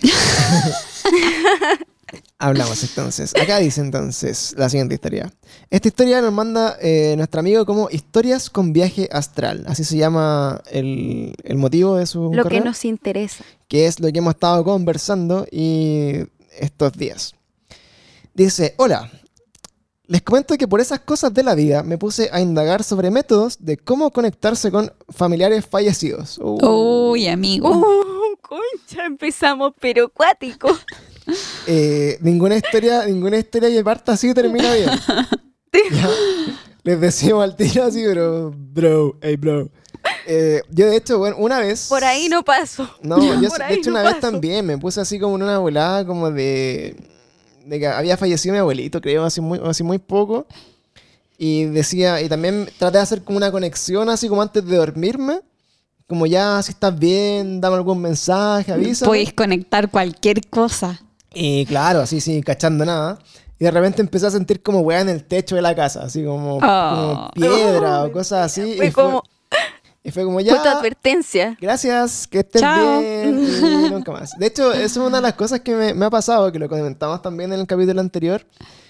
Hablamos entonces. Acá dice entonces la siguiente historia. Esta historia nos manda eh, nuestro amigo como Historias con Viaje Astral. Así se llama el, el motivo de su Lo correo, que nos interesa. que es lo que hemos estado conversando y estos días. Dice, hola, les comento que por esas cosas de la vida me puse a indagar sobre métodos de cómo conectarse con familiares fallecidos. Uh. Uy, amigo. ¡Oh, concha! Empezamos, pero cuático. Eh, ninguna historia, ninguna historia que parta así termina bien. Ya, les decimos al tiro así, pero bro, hey bro. Eh, yo de hecho, bueno, una vez... Por ahí no paso. No, yo Por de ahí hecho no una vez paso. también me puse así como en una volada como de, de que había fallecido mi abuelito, creo, así muy, así muy poco. Y decía, y también traté de hacer como una conexión así como antes de dormirme. Como ya, si estás bien, dame algún mensaje, avísame. Puedes conectar cualquier cosa. Y claro, así sin cachando nada. Y de repente empecé a sentir como weá en el techo de la casa, así como, Oh. como piedra o cosas así. Fue y, fue, como, y fue como fue tu ya, advertencia. gracias, que estés Chao. bien y nunca más. De hecho, eso es una de las cosas que me, me ha pasado, que lo comentamos también en el capítulo anterior,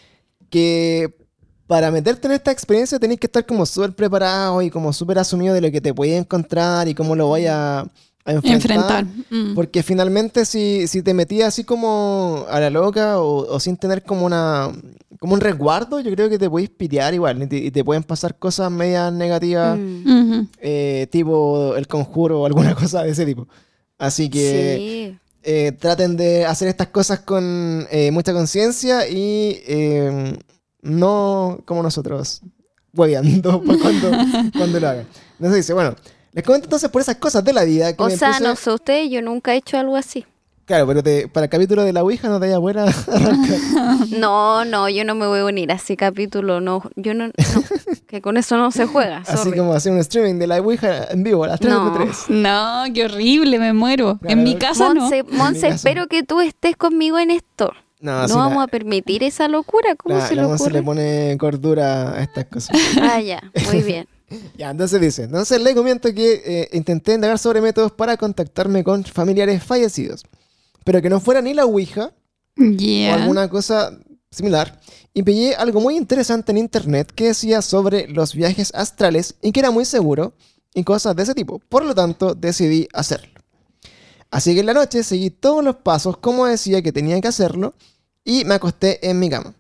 que para meterte en esta experiencia tenés que estar como súper preparado y como súper asumido de lo que te puedes encontrar y cómo lo voy a, a enfrentar. Enfrentar. Mm. Porque finalmente si, si te metías así como a la loca o, o sin tener como una como un resguardo, yo creo que te puedes pitear igual y te, y te pueden pasar cosas medias negativas, Mm. Ujú. eh, tipo El Conjuro o alguna cosa de ese tipo. Así que Sí. eh, traten de hacer estas cosas con eh, mucha conciencia y eh, no como nosotros, hueveando pa' cuando, cuando lo hagan. Entonces dice, bueno, les comento entonces por esas cosas de la vida que O me sea, puse- no sé ustedes, yo nunca he hecho algo así. Claro, pero te- para el capítulo de la Ouija no te vaya buena arrancar. No, no, yo no me voy a unir a ese capítulo, no, yo no, no, que con eso no se juega, Así sorry. como hacer un streaming de la Ouija en vivo a las tres No. de tres. No, qué horrible, me muero. Claro. En mi casa no. Monse, Monse, caso. espero que tú estés conmigo en esto. No, No sí, vamos la, a permitir esa locura, ¿cómo la, se la le Monse ocurre? le pone cordura a estas cosas. Ah, ya, muy bien. Ya, entonces dice, entonces le comento que eh, intenté indagar sobre métodos para contactarme con familiares fallecidos, pero que no fuera ni la Ouija o Yeah. alguna cosa similar. Y pillé algo muy interesante en internet que decía sobre los viajes astrales y que era muy seguro y cosas de ese tipo. Por lo tanto, decidí hacerlo. Así que en la noche seguí todos los pasos como decía que tenía que hacerlo y me acosté en mi cama.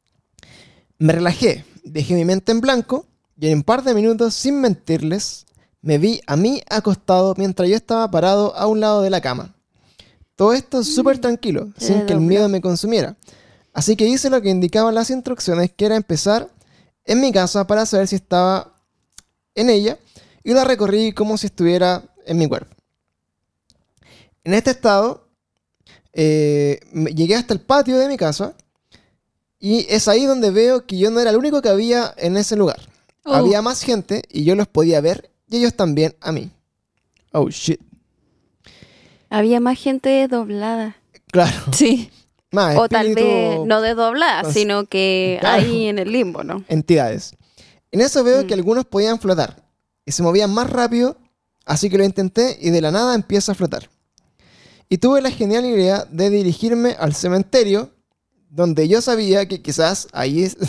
Me relajé, dejé mi mente en blanco y en un par de minutos, sin mentirles, me vi a mí acostado mientras yo estaba parado a un lado de la cama. Todo esto súper tranquilo, Se sin que el dobló. miedo me consumiera. Así que hice lo que indicaban las instrucciones, que era empezar en mi casa para saber si estaba en ella, y la recorrí como si estuviera en mi cuerpo. En este estado, eh, me- llegué hasta el patio de mi casa, y es ahí donde veo que yo no era el único que había en ese lugar. Oh. Había más gente, y yo los podía ver, y ellos también a mí. Oh, shit. Había más gente desdoblada. Claro. Sí. Más O tal espíritu, vez no desdoblada, cons- sino que Claro. ahí en el limbo, ¿no? entidades. En eso veo Mm. que algunos podían flotar y se movían más rápido, así que lo intenté y de la nada empieza a flotar. y tuve la genial idea de dirigirme al cementerio, donde yo sabía que quizás ahí es...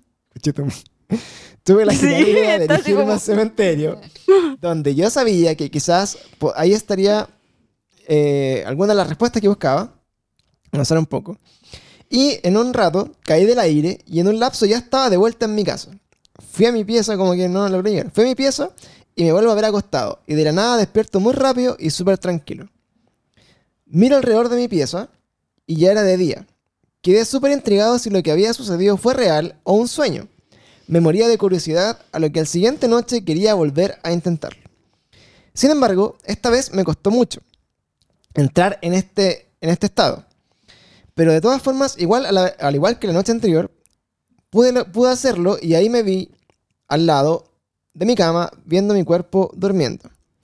Tuve la genial Sí, idea de está así dirigirme como- al cementerio, donde yo sabía que quizás po- ahí estaría eh, alguna de las respuestas que buscaba, avanzar un poco. Y en un rato caí del aire y en un lapso ya estaba de vuelta en mi casa. Fui a mi pieza, como que no logré llegar. Fui a mi pieza y me vuelvo a ver acostado. Y de la nada despierto muy rápido y súper tranquilo. Miro alrededor de mi pieza y ya era de día. Quedé súper intrigado si lo que había sucedido fue real o un sueño. Me moría de curiosidad, a lo que al siguiente noche quería volver a intentarlo. Sin embargo, esta vez me costó mucho entrar en este, en este estado. Pero de todas formas, igual, a la- al igual que la noche anterior, pude, lo- pude hacerlo y ahí me vi al lado de mi cama viendo mi cuerpo durmiendo.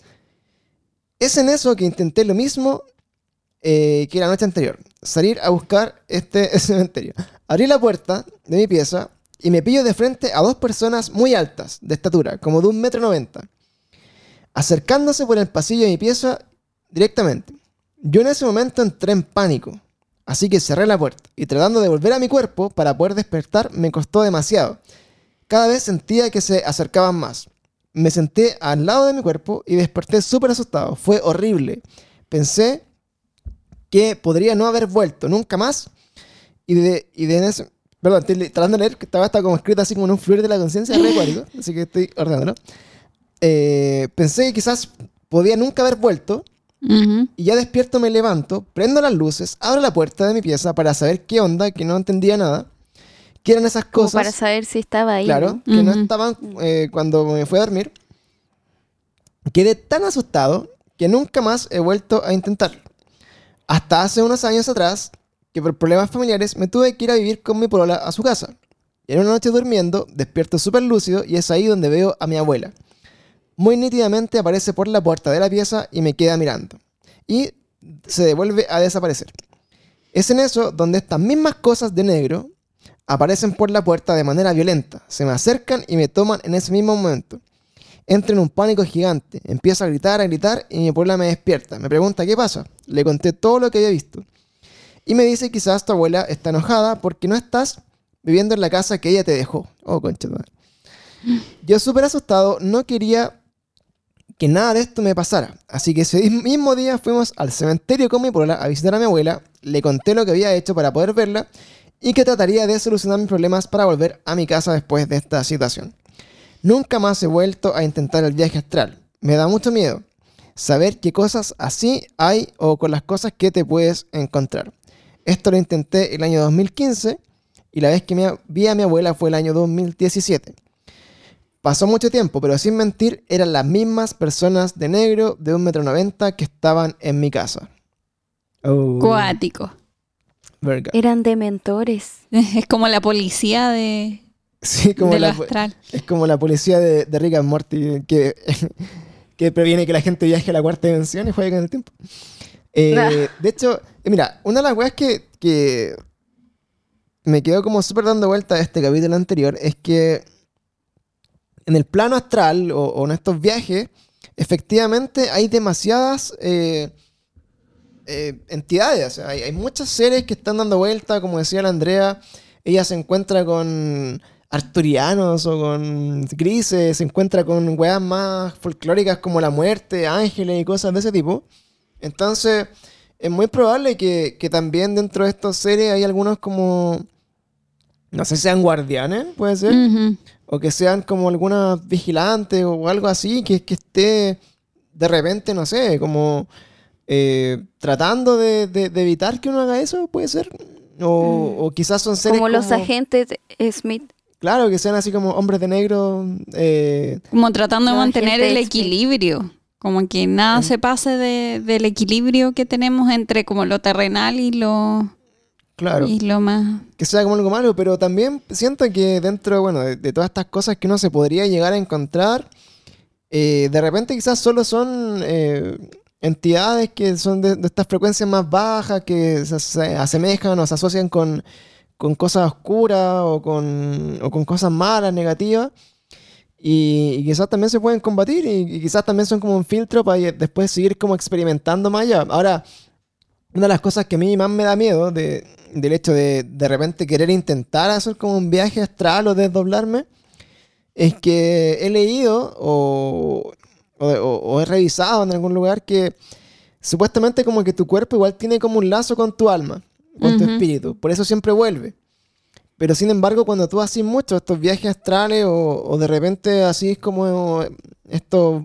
Es en eso que intenté lo mismo eh, que la noche anterior. Salir a buscar este cementerio. Abrí la puerta de mi pieza y me pillo de frente a dos personas muy altas, de estatura, como de un metro noventa, acercándose por el pasillo de mi pieza directamente. Yo en ese momento entré en pánico, así que cerré la puerta y tratando de volver a mi cuerpo para poder despertar me costó demasiado. Cada vez sentía que se acercaban más. Me senté al lado de mi cuerpo y desperté súper asustado. Fue horrible. Pensé que podría no haber vuelto nunca más y de, y de en ese... Perdón, estoy le- tratando de leer que estaba, estaba como escrito así como en un fluir de la conciencia re cuático, así que estoy ordenándolo. Eh, pensé que quizás podía nunca haber vuelto Ujú. y ya despierto me levanto, prendo las luces, abro la puerta de mi pieza para saber qué onda, que no entendía nada, qué eran esas Como cosas, para saber si estaba ahí, claro, ¿no? que no Ujú. estaban eh, cuando me fui a dormir. Quedé tan asustado que nunca más he vuelto a intentarlo. Hasta hace unos años atrás, que por problemas familiares me tuve que ir a vivir con mi polola a su casa. Y en una noche durmiendo, despierto súper lúcido y es ahí donde veo a mi abuela. Muy nítidamente aparece por la puerta de la pieza y me queda mirando. Y se devuelve a desaparecer. Es en eso donde estas mismas cosas de negro aparecen por la puerta de manera violenta. Se me acercan y me toman en ese mismo momento. Entro en un pánico gigante. Empiezo a gritar, a gritar y mi abuela me despierta. Me pregunta qué pasa. Le conté todo lo que había visto. Y me dice quizás tu abuela está enojada porque no estás viviendo en la casa que ella te dejó. Oh, concha de madre. Yo súper asustado no quería que nada de esto me pasara. Así que ese mismo día fuimos al cementerio con mi polola a visitar a mi abuela. Le conté lo que había hecho para poder verla y que trataría de solucionar mis problemas para volver a mi casa después de esta situación. Nunca más he vuelto a intentar el viaje astral. Me da mucho miedo saber qué cosas así hay o con las cosas que te puedes encontrar. Esto lo intenté el año dos mil quince y la vez que me vi a mi abuela fue el año dos mil diecisiete. Pasó mucho tiempo, pero sin mentir, eran las mismas personas de negro de un metro noventa que estaban en mi casa. Oh, Cuático. verga. Eran dementores. Es como la policía de, Sí, como de lo la, astral. es como la policía de, de Rick and Morty que, que previene que la gente viaje a la cuarta dimensión y juegue con el tiempo. Eh, de hecho, eh, mira, una de las weas que, que me quedó como súper dando vuelta de este capítulo anterior es que en el plano astral o, o en estos viajes, efectivamente hay demasiadas eh, eh, entidades. O sea, hay, hay muchos seres que están dando vuelta, como decía la Andrea. Ella se encuentra con arturianos o con grises, se encuentra con weas más folclóricas como la muerte, ángeles y cosas de ese tipo. Entonces, es muy probable que, que también dentro de estos seres hay algunos como, no sé si sean guardianes, puede ser, Ujú. o que sean como algunas vigilantes o algo así, que, que esté de repente, no sé, como eh, tratando de, de- de evitar que uno haga eso, puede ser. O, o quizás son seres Como los como- agentes Smith. Claro, que sean así como hombres de negro. eh, Como tratando de La mantener gente el es- equilibrio. Como que nada En- se pase de- del equilibrio que tenemos entre como lo terrenal y lo, claro. y lo más... Que sea como algo malo, pero también siento que dentro, bueno, de, de todas estas cosas que uno se podría llegar a encontrar, eh, de repente quizás solo son eh, entidades que son de, de estas frecuencias más bajas, que se, se asemejan o se asocian con, con cosas oscuras o con, o con cosas malas, negativas. Y, y quizás también se pueden combatir y, y quizás también son como un filtro para después seguir como experimentando más allá. Ahora, una de las cosas que a mí más me da miedo de, del hecho de de repente querer intentar hacer como un viaje astral o desdoblarme es que he leído o, o, o- o he revisado en algún lugar que supuestamente como que tu cuerpo igual tiene como un lazo con tu alma, con tu Ujú. espíritu, por eso siempre vuelve. Pero sin embargo, cuando tú haces mucho estos viajes astrales o, o de repente así es como esto,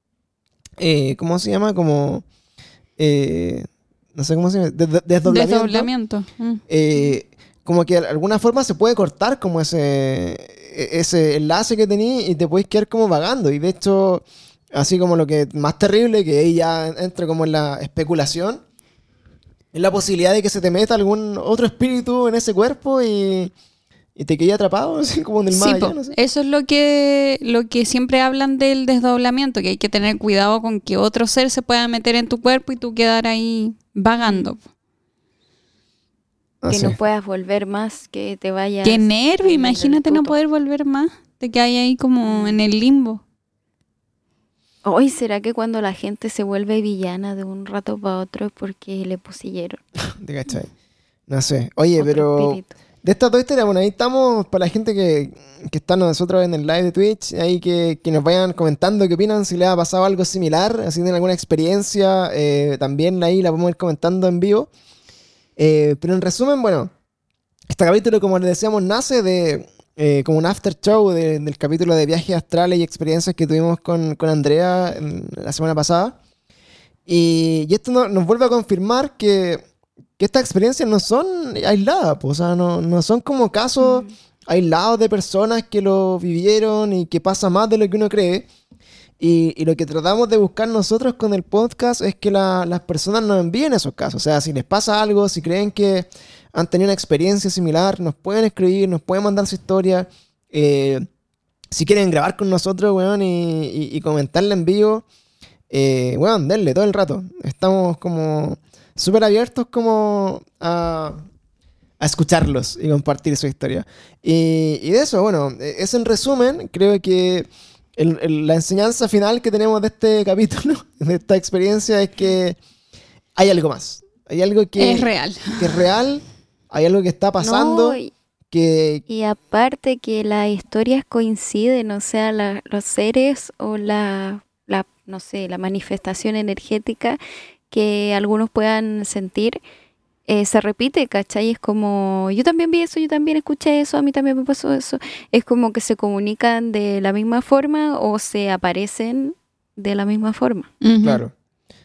eh, ¿cómo se llama? Como, eh, no sé cómo se llama, Des- desdoblamiento. Desdoblamiento. Mm. eh, como que de alguna forma se puede cortar como ese, e- ese enlace que tenías y te puedes quedar como vagando. Y de hecho, así como lo que más terrible, que ahí ya entra como en la especulación, es la posibilidad de que se te meta algún otro espíritu en ese cuerpo y, y te quede atrapado, así como en el más Sí, allá, po. no sé. Eso es lo que, lo que siempre hablan del desdoblamiento, que hay que tener cuidado con que otro ser se pueda meter en tu cuerpo y tú quedar ahí vagando. po. No Que sé. no puedas volver más, que te vayas. Qué nervio, en el imagínate no tuto. poder volver más, de que hay ahí como Mm. en el limbo. Hoy será que cuando la gente se vuelve villana de un rato para otro es porque le pusieron ¿Te cachai? No sé. Oye, otro pero espíritu. de estas dos historias, bueno, ahí estamos para la gente que, que está nosotros en el live de Twitch, ahí que, que nos vayan comentando qué opinan, si les ha pasado algo similar, si tienen alguna experiencia, eh, también ahí la podemos ir comentando en vivo. Eh, pero en resumen, bueno, este capítulo, como les decíamos, nace de eh, como un after show de- del capítulo de viajes astrales y experiencias que tuvimos con, con Andrea en- la semana pasada. Y, y esto no- nos vuelve a confirmar que, que estas experiencias no son aisladas, pues, o sea, no, no son como casos Mm. aislados de personas que lo vivieron y que pasa más de lo que uno cree. Y, y lo que tratamos de buscar nosotros con el podcast es que la- las personas nos envíen esos casos. O sea, si les pasa algo, si creen que han tenido una experiencia similar, nos pueden escribir, nos pueden mandar su historia. Eh, si quieren grabar con nosotros, weón, y, y, y comentarla en vivo, eh, weón, denle todo el rato. Estamos como súper abiertos como a, a escucharlos y compartir su historia. Y, y de eso, bueno, eh, eso en resumen, creo que el- el- la enseñanza final que tenemos de este capítulo, de esta experiencia, es que hay algo más. Hay algo que Es real. que es real, hay algo que está pasando, No, y, que... y aparte que las historias coinciden, o sea, la- los seres o la, la, no sé, la manifestación energética que algunos puedan sentir, eh, se repite, ¿cachai? Es como, yo también vi eso, yo también escuché eso, a mí también me pasó eso. Es como que se comunican de la misma forma o se aparecen de la misma forma. Ujú. Claro.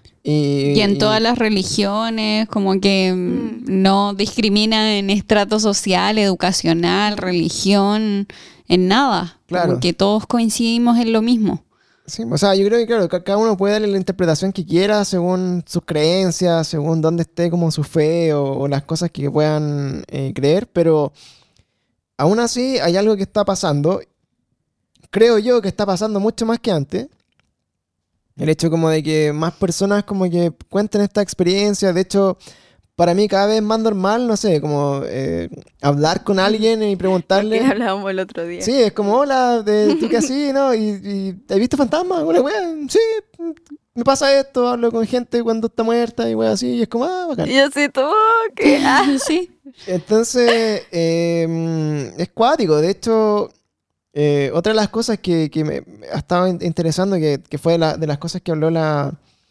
Y, Y en y- todas las religiones, como que mm, Mm. no discrimina en estrato social, educacional, religión, en nada. Claro. Como que todos coincidimos en lo mismo. sí, o sea, yo creo que claro, ca- cada uno puede darle la interpretación que quiera según sus creencias, según dónde esté como su fe o, o las cosas que puedan eh, creer, pero aún así hay algo que está pasando. Creo yo que está pasando mucho más que antes. El hecho como de que más personas como que cuenten esta experiencia. De hecho, para mí cada vez más normal, no sé, como eh, hablar con alguien y Lo preguntarle. que hablábamos el otro día. Sí, es como, hola, de, ¿tú qué así, no? ¿Y, y ¿has visto fantasmas? Una wea, sí, me pasa esto, hablo con gente cuando está muerta y wea así, y es como, ah, bacán. Y así todo, que ah, Sí. Entonces, eh, es cuático. De hecho, eh, otra de las cosas que, que me ha estado in- interesando, que, que fue de, la- de las cosas que habló la,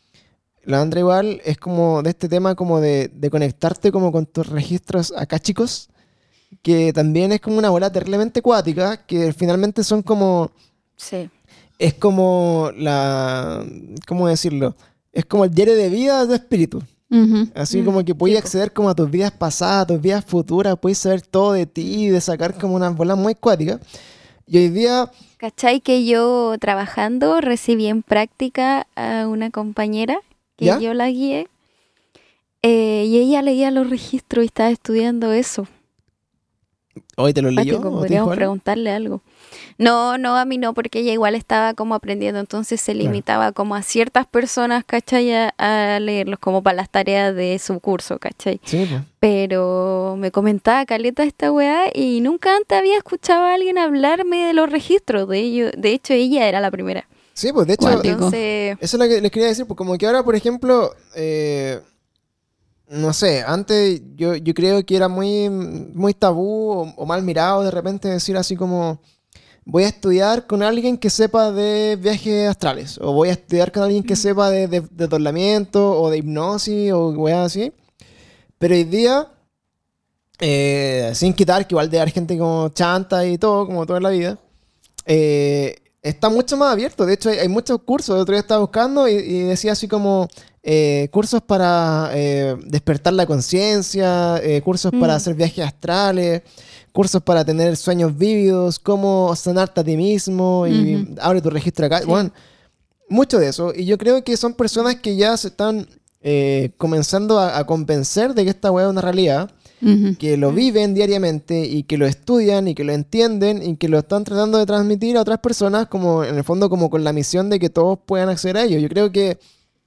la Andrea igual, es como de este tema como de, de conectarte como con tus registros acá, chicos, que también es como una bola terriblemente cuática, que finalmente son como, sí. es como la, ¿cómo decirlo? Es como el diario de vida de tu espíritu. Ujú. Así Mm, como que puedes sí, po. acceder como a tus vidas pasadas, a tus vidas futuras, puedes saber todo de ti, de sacar como unas bolas muy cuáticas. Y hoy día, ¿Cachai? Que yo trabajando recibí en práctica a una compañera que ¿Ya? yo la guié, eh, y ella leía los registros y estaba estudiando eso. hoy te lo leyó, Pático, o te dijo podríamos algo? preguntarle algo. No, no, a mí no, porque ella igual estaba como aprendiendo, entonces se Claro. limitaba como a ciertas personas, ¿cachai? A, a leerlos como para las tareas de su curso, ¿cachai? Sí, pues. Pero me comentaba caleta esta weá y nunca antes había escuchado a alguien hablarme de los registros de ellos. De hecho, ella era la primera. Sí, pues de hecho, Cuático. eso Entonces, es lo que les quería decir, pues como que ahora, por ejemplo, eh, no sé, antes yo, yo creo que era muy, muy tabú o, o mal mirado de repente decir así como voy a estudiar con alguien que sepa de viajes astrales o voy a estudiar con alguien que Mm. sepa de, de, de torlamiento o de hipnosis o weas así. Pero hoy día, eh, sin quitar que igual de haber gente como chanta y todo, como toda la vida, eh, está mucho más abierto. De hecho, hay, hay muchos cursos. El otro día estaba buscando y, y decía así como eh, cursos para eh, despertar la conciencia, eh, cursos para Mm. hacer viajes astrales, cursos para tener sueños vívidos, cómo sanarte a ti mismo y Ujú. abre tu registro acá. Sí. Bueno, mucho de eso. Y yo creo que son personas que ya se están eh, comenzando a, a convencer de que esta weá es una realidad, Ujú. que lo Mm. viven diariamente y que lo estudian y que lo entienden y que lo están tratando de transmitir a otras personas como en el fondo como con la misión de que todos puedan acceder a ello. Yo creo que,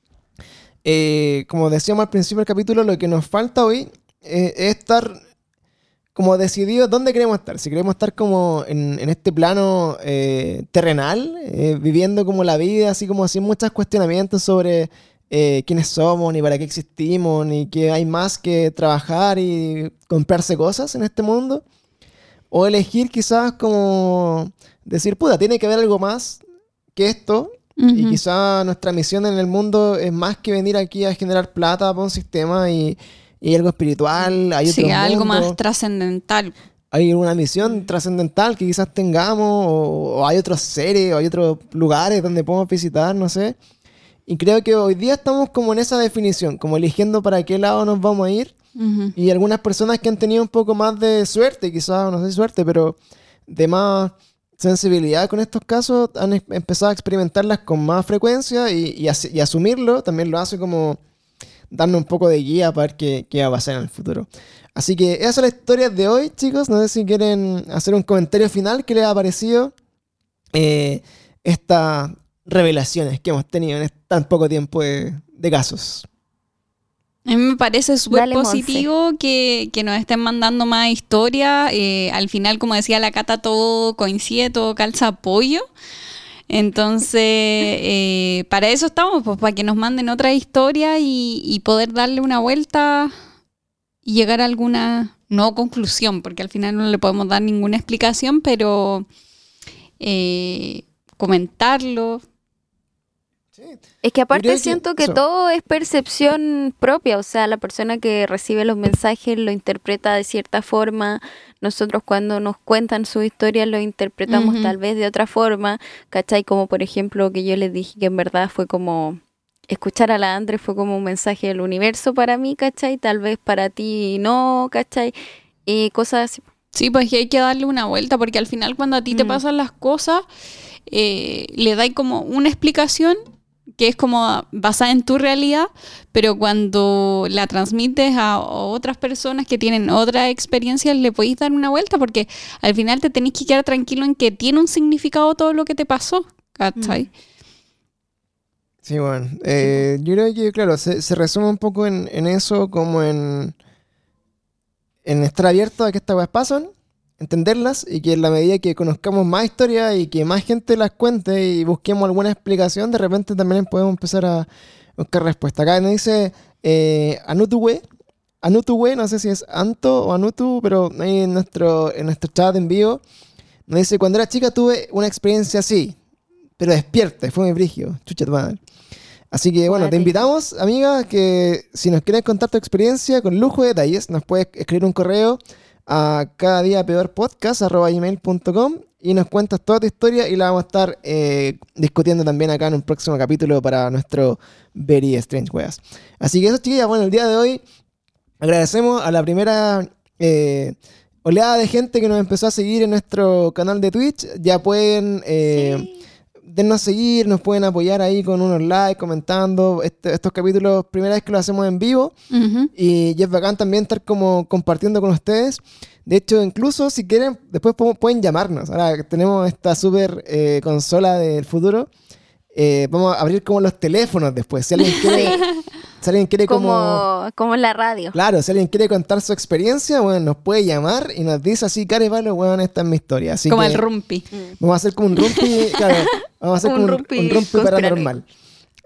eh, como decíamos al principio del capítulo, lo que nos falta hoy eh, es estar como decididos dónde queremos estar. Si queremos estar como en, en este plano eh, terrenal, eh, viviendo como la vida, así como sin muchos cuestionamientos sobre eh, quiénes somos, ni para qué existimos, ni que hay más que trabajar y comprarse cosas en este mundo. O elegir quizás como decir, puta, tiene que haber algo más que esto. Y Ujú. quizá nuestra misión en el mundo es más que venir aquí a generar plata para un sistema y, y algo espiritual, hay Sí, otros algo más mundos, trascendental. hay una misión trascendental que quizás tengamos, o, o hay otros seres, o hay otros lugares donde podemos visitar, no sé. Y creo que hoy día estamos como en esa definición, como eligiendo para qué lado nos vamos a ir. Ujú. Y algunas personas que han tenido un poco más de suerte, quizás, no sé si suerte, pero de más sensibilidad con estos casos, han em- empezado a experimentarlas con más frecuencia y, y, as- y asumirlo también lo hace como darnos un poco de guía para ver qué, qué va a pasar en el futuro. Así que esa es la historia de hoy, chicos. No sé si quieren hacer un comentario final. ¿Qué les ha parecido eh, estas revelaciones que hemos tenido en este- tan poco tiempo de, de casos? A mí me parece súper Dale, Monse. positivo que, que nos estén mandando más historias. Eh, al final, como decía la Cata, todo coincide, todo calza apoyo. Entonces, eh, para eso estamos, pues para que nos manden otra historia y, y poder darle una vuelta y llegar a alguna, no conclusión, porque al final no le podemos dar ninguna explicación, pero eh, comentarlo. Es que creo aparte que siento que eso. todo es percepción propia, o sea, la persona que recibe los mensajes lo interpreta de cierta forma, nosotros cuando nos cuentan su historia lo interpretamos Ujú. tal vez de otra forma, ¿cachai? Como por ejemplo que yo les dije que en verdad fue como, escuchar a la Andre fue como un mensaje del universo para mí, ¿cachai? Tal vez para ti no, ¿cachai? Y cosas así. Sí, pues que hay que darle una vuelta, porque al final cuando a ti te Mm. pasan las cosas, eh, le dais como una explicación que es como basada en tu realidad, pero cuando la transmites a otras personas que tienen otras experiencias, le podéis dar una vuelta, porque al final te tenés que quedar tranquilo en que tiene un significado todo lo que te pasó, ¿cachai? Sí, bueno. eh, yo creo que, claro, se, se resume un poco en, en eso, como en, en estar abierto a que estas cosas pasan, entenderlas y que en la medida que conozcamos más historias y que más gente las cuente y busquemos alguna explicación, de repente también podemos empezar a buscar respuesta. Acá nos dice eh, Anutuwe, Anutuwe, no sé si es Anto o Anutu, pero ahí en nuestro, en nuestro chat en vivo, nos dice, cuando era chica tuve una experiencia así, pero despierta, y fue muy brígido. Chucha tu madre. Así que bueno, te Guático. invitamos, amiga, que si nos quieres contar tu experiencia con lujo de detalles, nos puedes escribir un correo a cada día peor podcast arroba gmail punto com y nos cuentas toda tu historia y la vamos a estar eh, discutiendo también acá en un próximo capítulo para nuestro Very Strange Weas. Así que eso, chiquillas, bueno, el día de hoy agradecemos a la primera eh, oleada de gente que nos empezó a seguir en nuestro canal de Twitch. Ya pueden eh, Sí. dennos seguir, nos pueden apoyar ahí con unos likes, comentando. Este- estos capítulos, primera vez que lo hacemos en vivo. Ujú. Y, y es bacán también estar como compartiendo con ustedes. De hecho, incluso si quieren, después po- pueden llamarnos. Ahora que tenemos esta súper eh, consola del futuro, eh, vamos a abrir como los teléfonos después. Si alguien quiere, si alguien quiere como... Como, como en la radio. Claro, si alguien quiere contar su experiencia, bueno, nos puede llamar y nos dice así, Care Palo, weón, esta es mi historia. Así Como que el rumpi. Mm. vamos a hacer como un rumpi, claro, vamos a hacer Un como un, rumpi un rumpi conspiranoico. paranormal.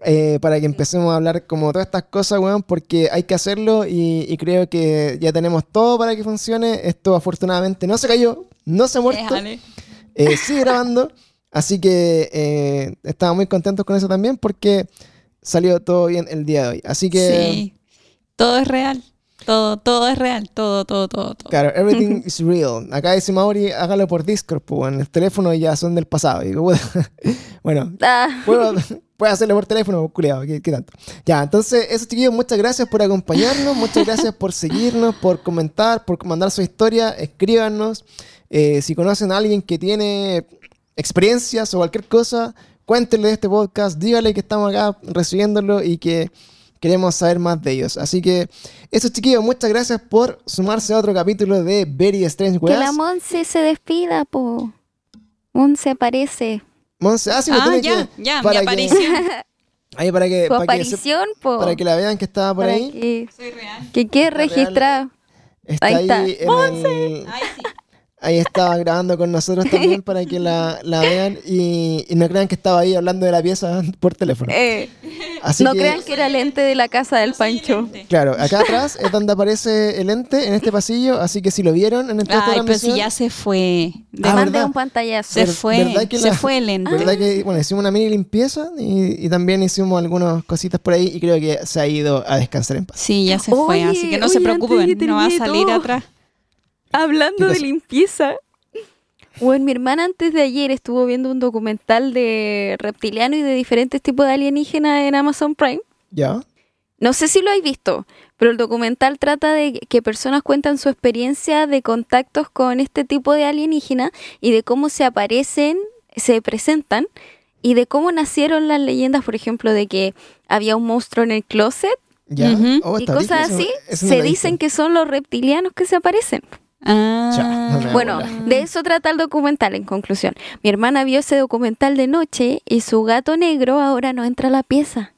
eh, para que empecemos a hablar como todas estas cosas, weón, porque hay que hacerlo y, y creo que ya tenemos todo para que funcione. Esto afortunadamente no se cayó, no se ha muerto, Déjale. eh, sigue grabando, así que eh, estamos muy contentos con eso también porque salió todo bien el día de hoy. Así que, Sí, todo es real. Todo, todo es real. Todo, todo, todo, todo. claro, everything is real. Acá dice Mauri, hágalo por Discord, pues bueno, el teléfono ya son del pasado. Y digo, puta, bueno, Ah, puedo, puedo hacerlo por teléfono, culiado, ¿qué, qué tanto? Ya, entonces, eso chiquillos, muchas gracias por acompañarnos, muchas gracias por seguirnos, por comentar, por mandar su historia, escríbanos. Eh, si conocen a alguien que tiene experiencias o cualquier cosa, cuéntenle de este podcast, díganle que estamos acá recibiéndolo y que queremos saber más de ellos. Así que, eso chiquillos, muchas gracias por sumarse a otro capítulo de Very Strange que Weas. la Monse se despida, po. Monse aparece. Monse, ah, sí, pues Ah, tiene ya, que- ya, mi para que- aparición. Ahí para que, Su para que, se- aparición, po. para que la vean que estaba por Para ahí. que, Soy real. que quede La real- registrado. Está Ahí ahí, está. en el... Ay, sí. Ahí estaba grabando con nosotros también para que la, la vean y, y no crean que estaba ahí hablando de la pieza por teléfono. Eh, Así no que, crean que era el ente de la casa del Pancho. claro, acá atrás es donde aparece el ente en este pasillo, así que si lo vieron en el teatro Ay, de pero si transmisión, ya se fue. De- Ah, Mandé ¿verdad? un pantallazo. se ver- fue. ¿verdad que Se la- fue el ente. ¿verdad que bueno, hicimos una mini limpieza y, y también hicimos algunas cositas por ahí y creo que se ha ido a descansar en paz? Sí, ya se fue. Oye, Así que no oye, se antes preocupen. de que No va a termine salir todo. atrás. Hablando ¿Qué de cosa? limpieza. Bueno, mi hermana antes de ayer estuvo viendo un documental de reptiliano y de diferentes tipos de alienígenas en Amazon Prime. ¿Ya? No sé si lo habéis visto, pero el documental trata de que personas cuentan su experiencia de contactos con este tipo de alienígena y de cómo se aparecen, se presentan y de cómo nacieron las leyendas, por ejemplo, de que había un monstruo en el closet ¿Ya? Ujú. Oh, y está cosas rico, así. eso- eso no Se lo he dicen visto. que son los reptilianos que se aparecen. Ah. Cha, no me Bueno, bola. de eso trata el documental en conclusión. Mi hermana vio ese documental de noche y su gato negro ahora no entra a la pieza.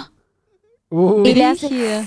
Uh, Y le hace- Brígida.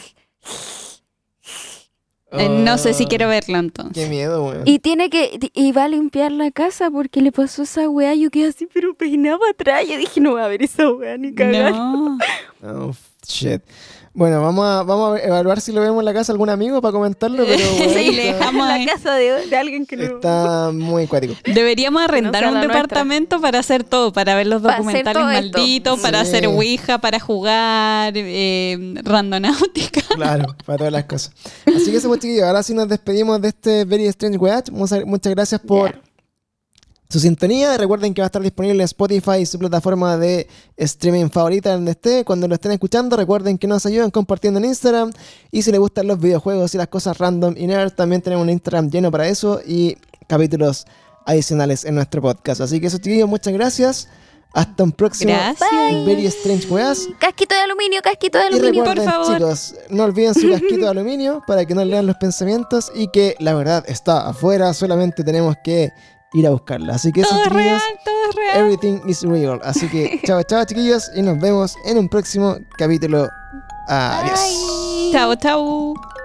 Eh, no sé si quiero verlo entonces. Qué miedo, weón. Y tiene que, y va a limpiar la casa porque le pasó esa weá. Yo quedé así, pero peinaba atrás. Yo dije, no va a ver esa weá ni cagar. No. Oh, shit. Bueno, vamos a, vamos a evaluar si lo vemos en la casa de algún amigo para comentarlo, pero weón, Sí, le está, dejamos En ahí. la casa de, de alguien que no. está muy cuático. Deberíamos arrendar sea un la nuestra. departamento para hacer todo, para ver los Para hacer documentales todo esto. malditos, para Sí. hacer Ouija, para jugar eh, randonáutica. Claro, para todas las cosas. Así que eso, pues, chiquillos. Ahora sí nos despedimos de este Very Strange Watch. Muchas, muchas gracias por Ya. su sintonía. Recuerden que va a estar disponible en Spotify y su plataforma de streaming favorita donde esté. Cuando lo estén escuchando, recuerden que nos ayudan compartiendo en Instagram. Y si les gustan los videojuegos y las cosas random y nerd, también tenemos un Instagram lleno para eso y capítulos adicionales en nuestro podcast. Así que eso, chiquillos, muchas gracias. Hasta un próximo Gracias. Very Strange Weas. Casquito de aluminio, casquito de Y aluminio. recuerden, por favor. chicos, no olviden su casquito de aluminio para que no lean los pensamientos y que la verdad está afuera, solamente tenemos que ir a buscarla. Así que eso, Todo es chiquillos, real, todo es real. everything is real. Así que chao, chao, chiquillos, y nos vemos en un próximo capítulo. Adiós. Bye. Chao, chao.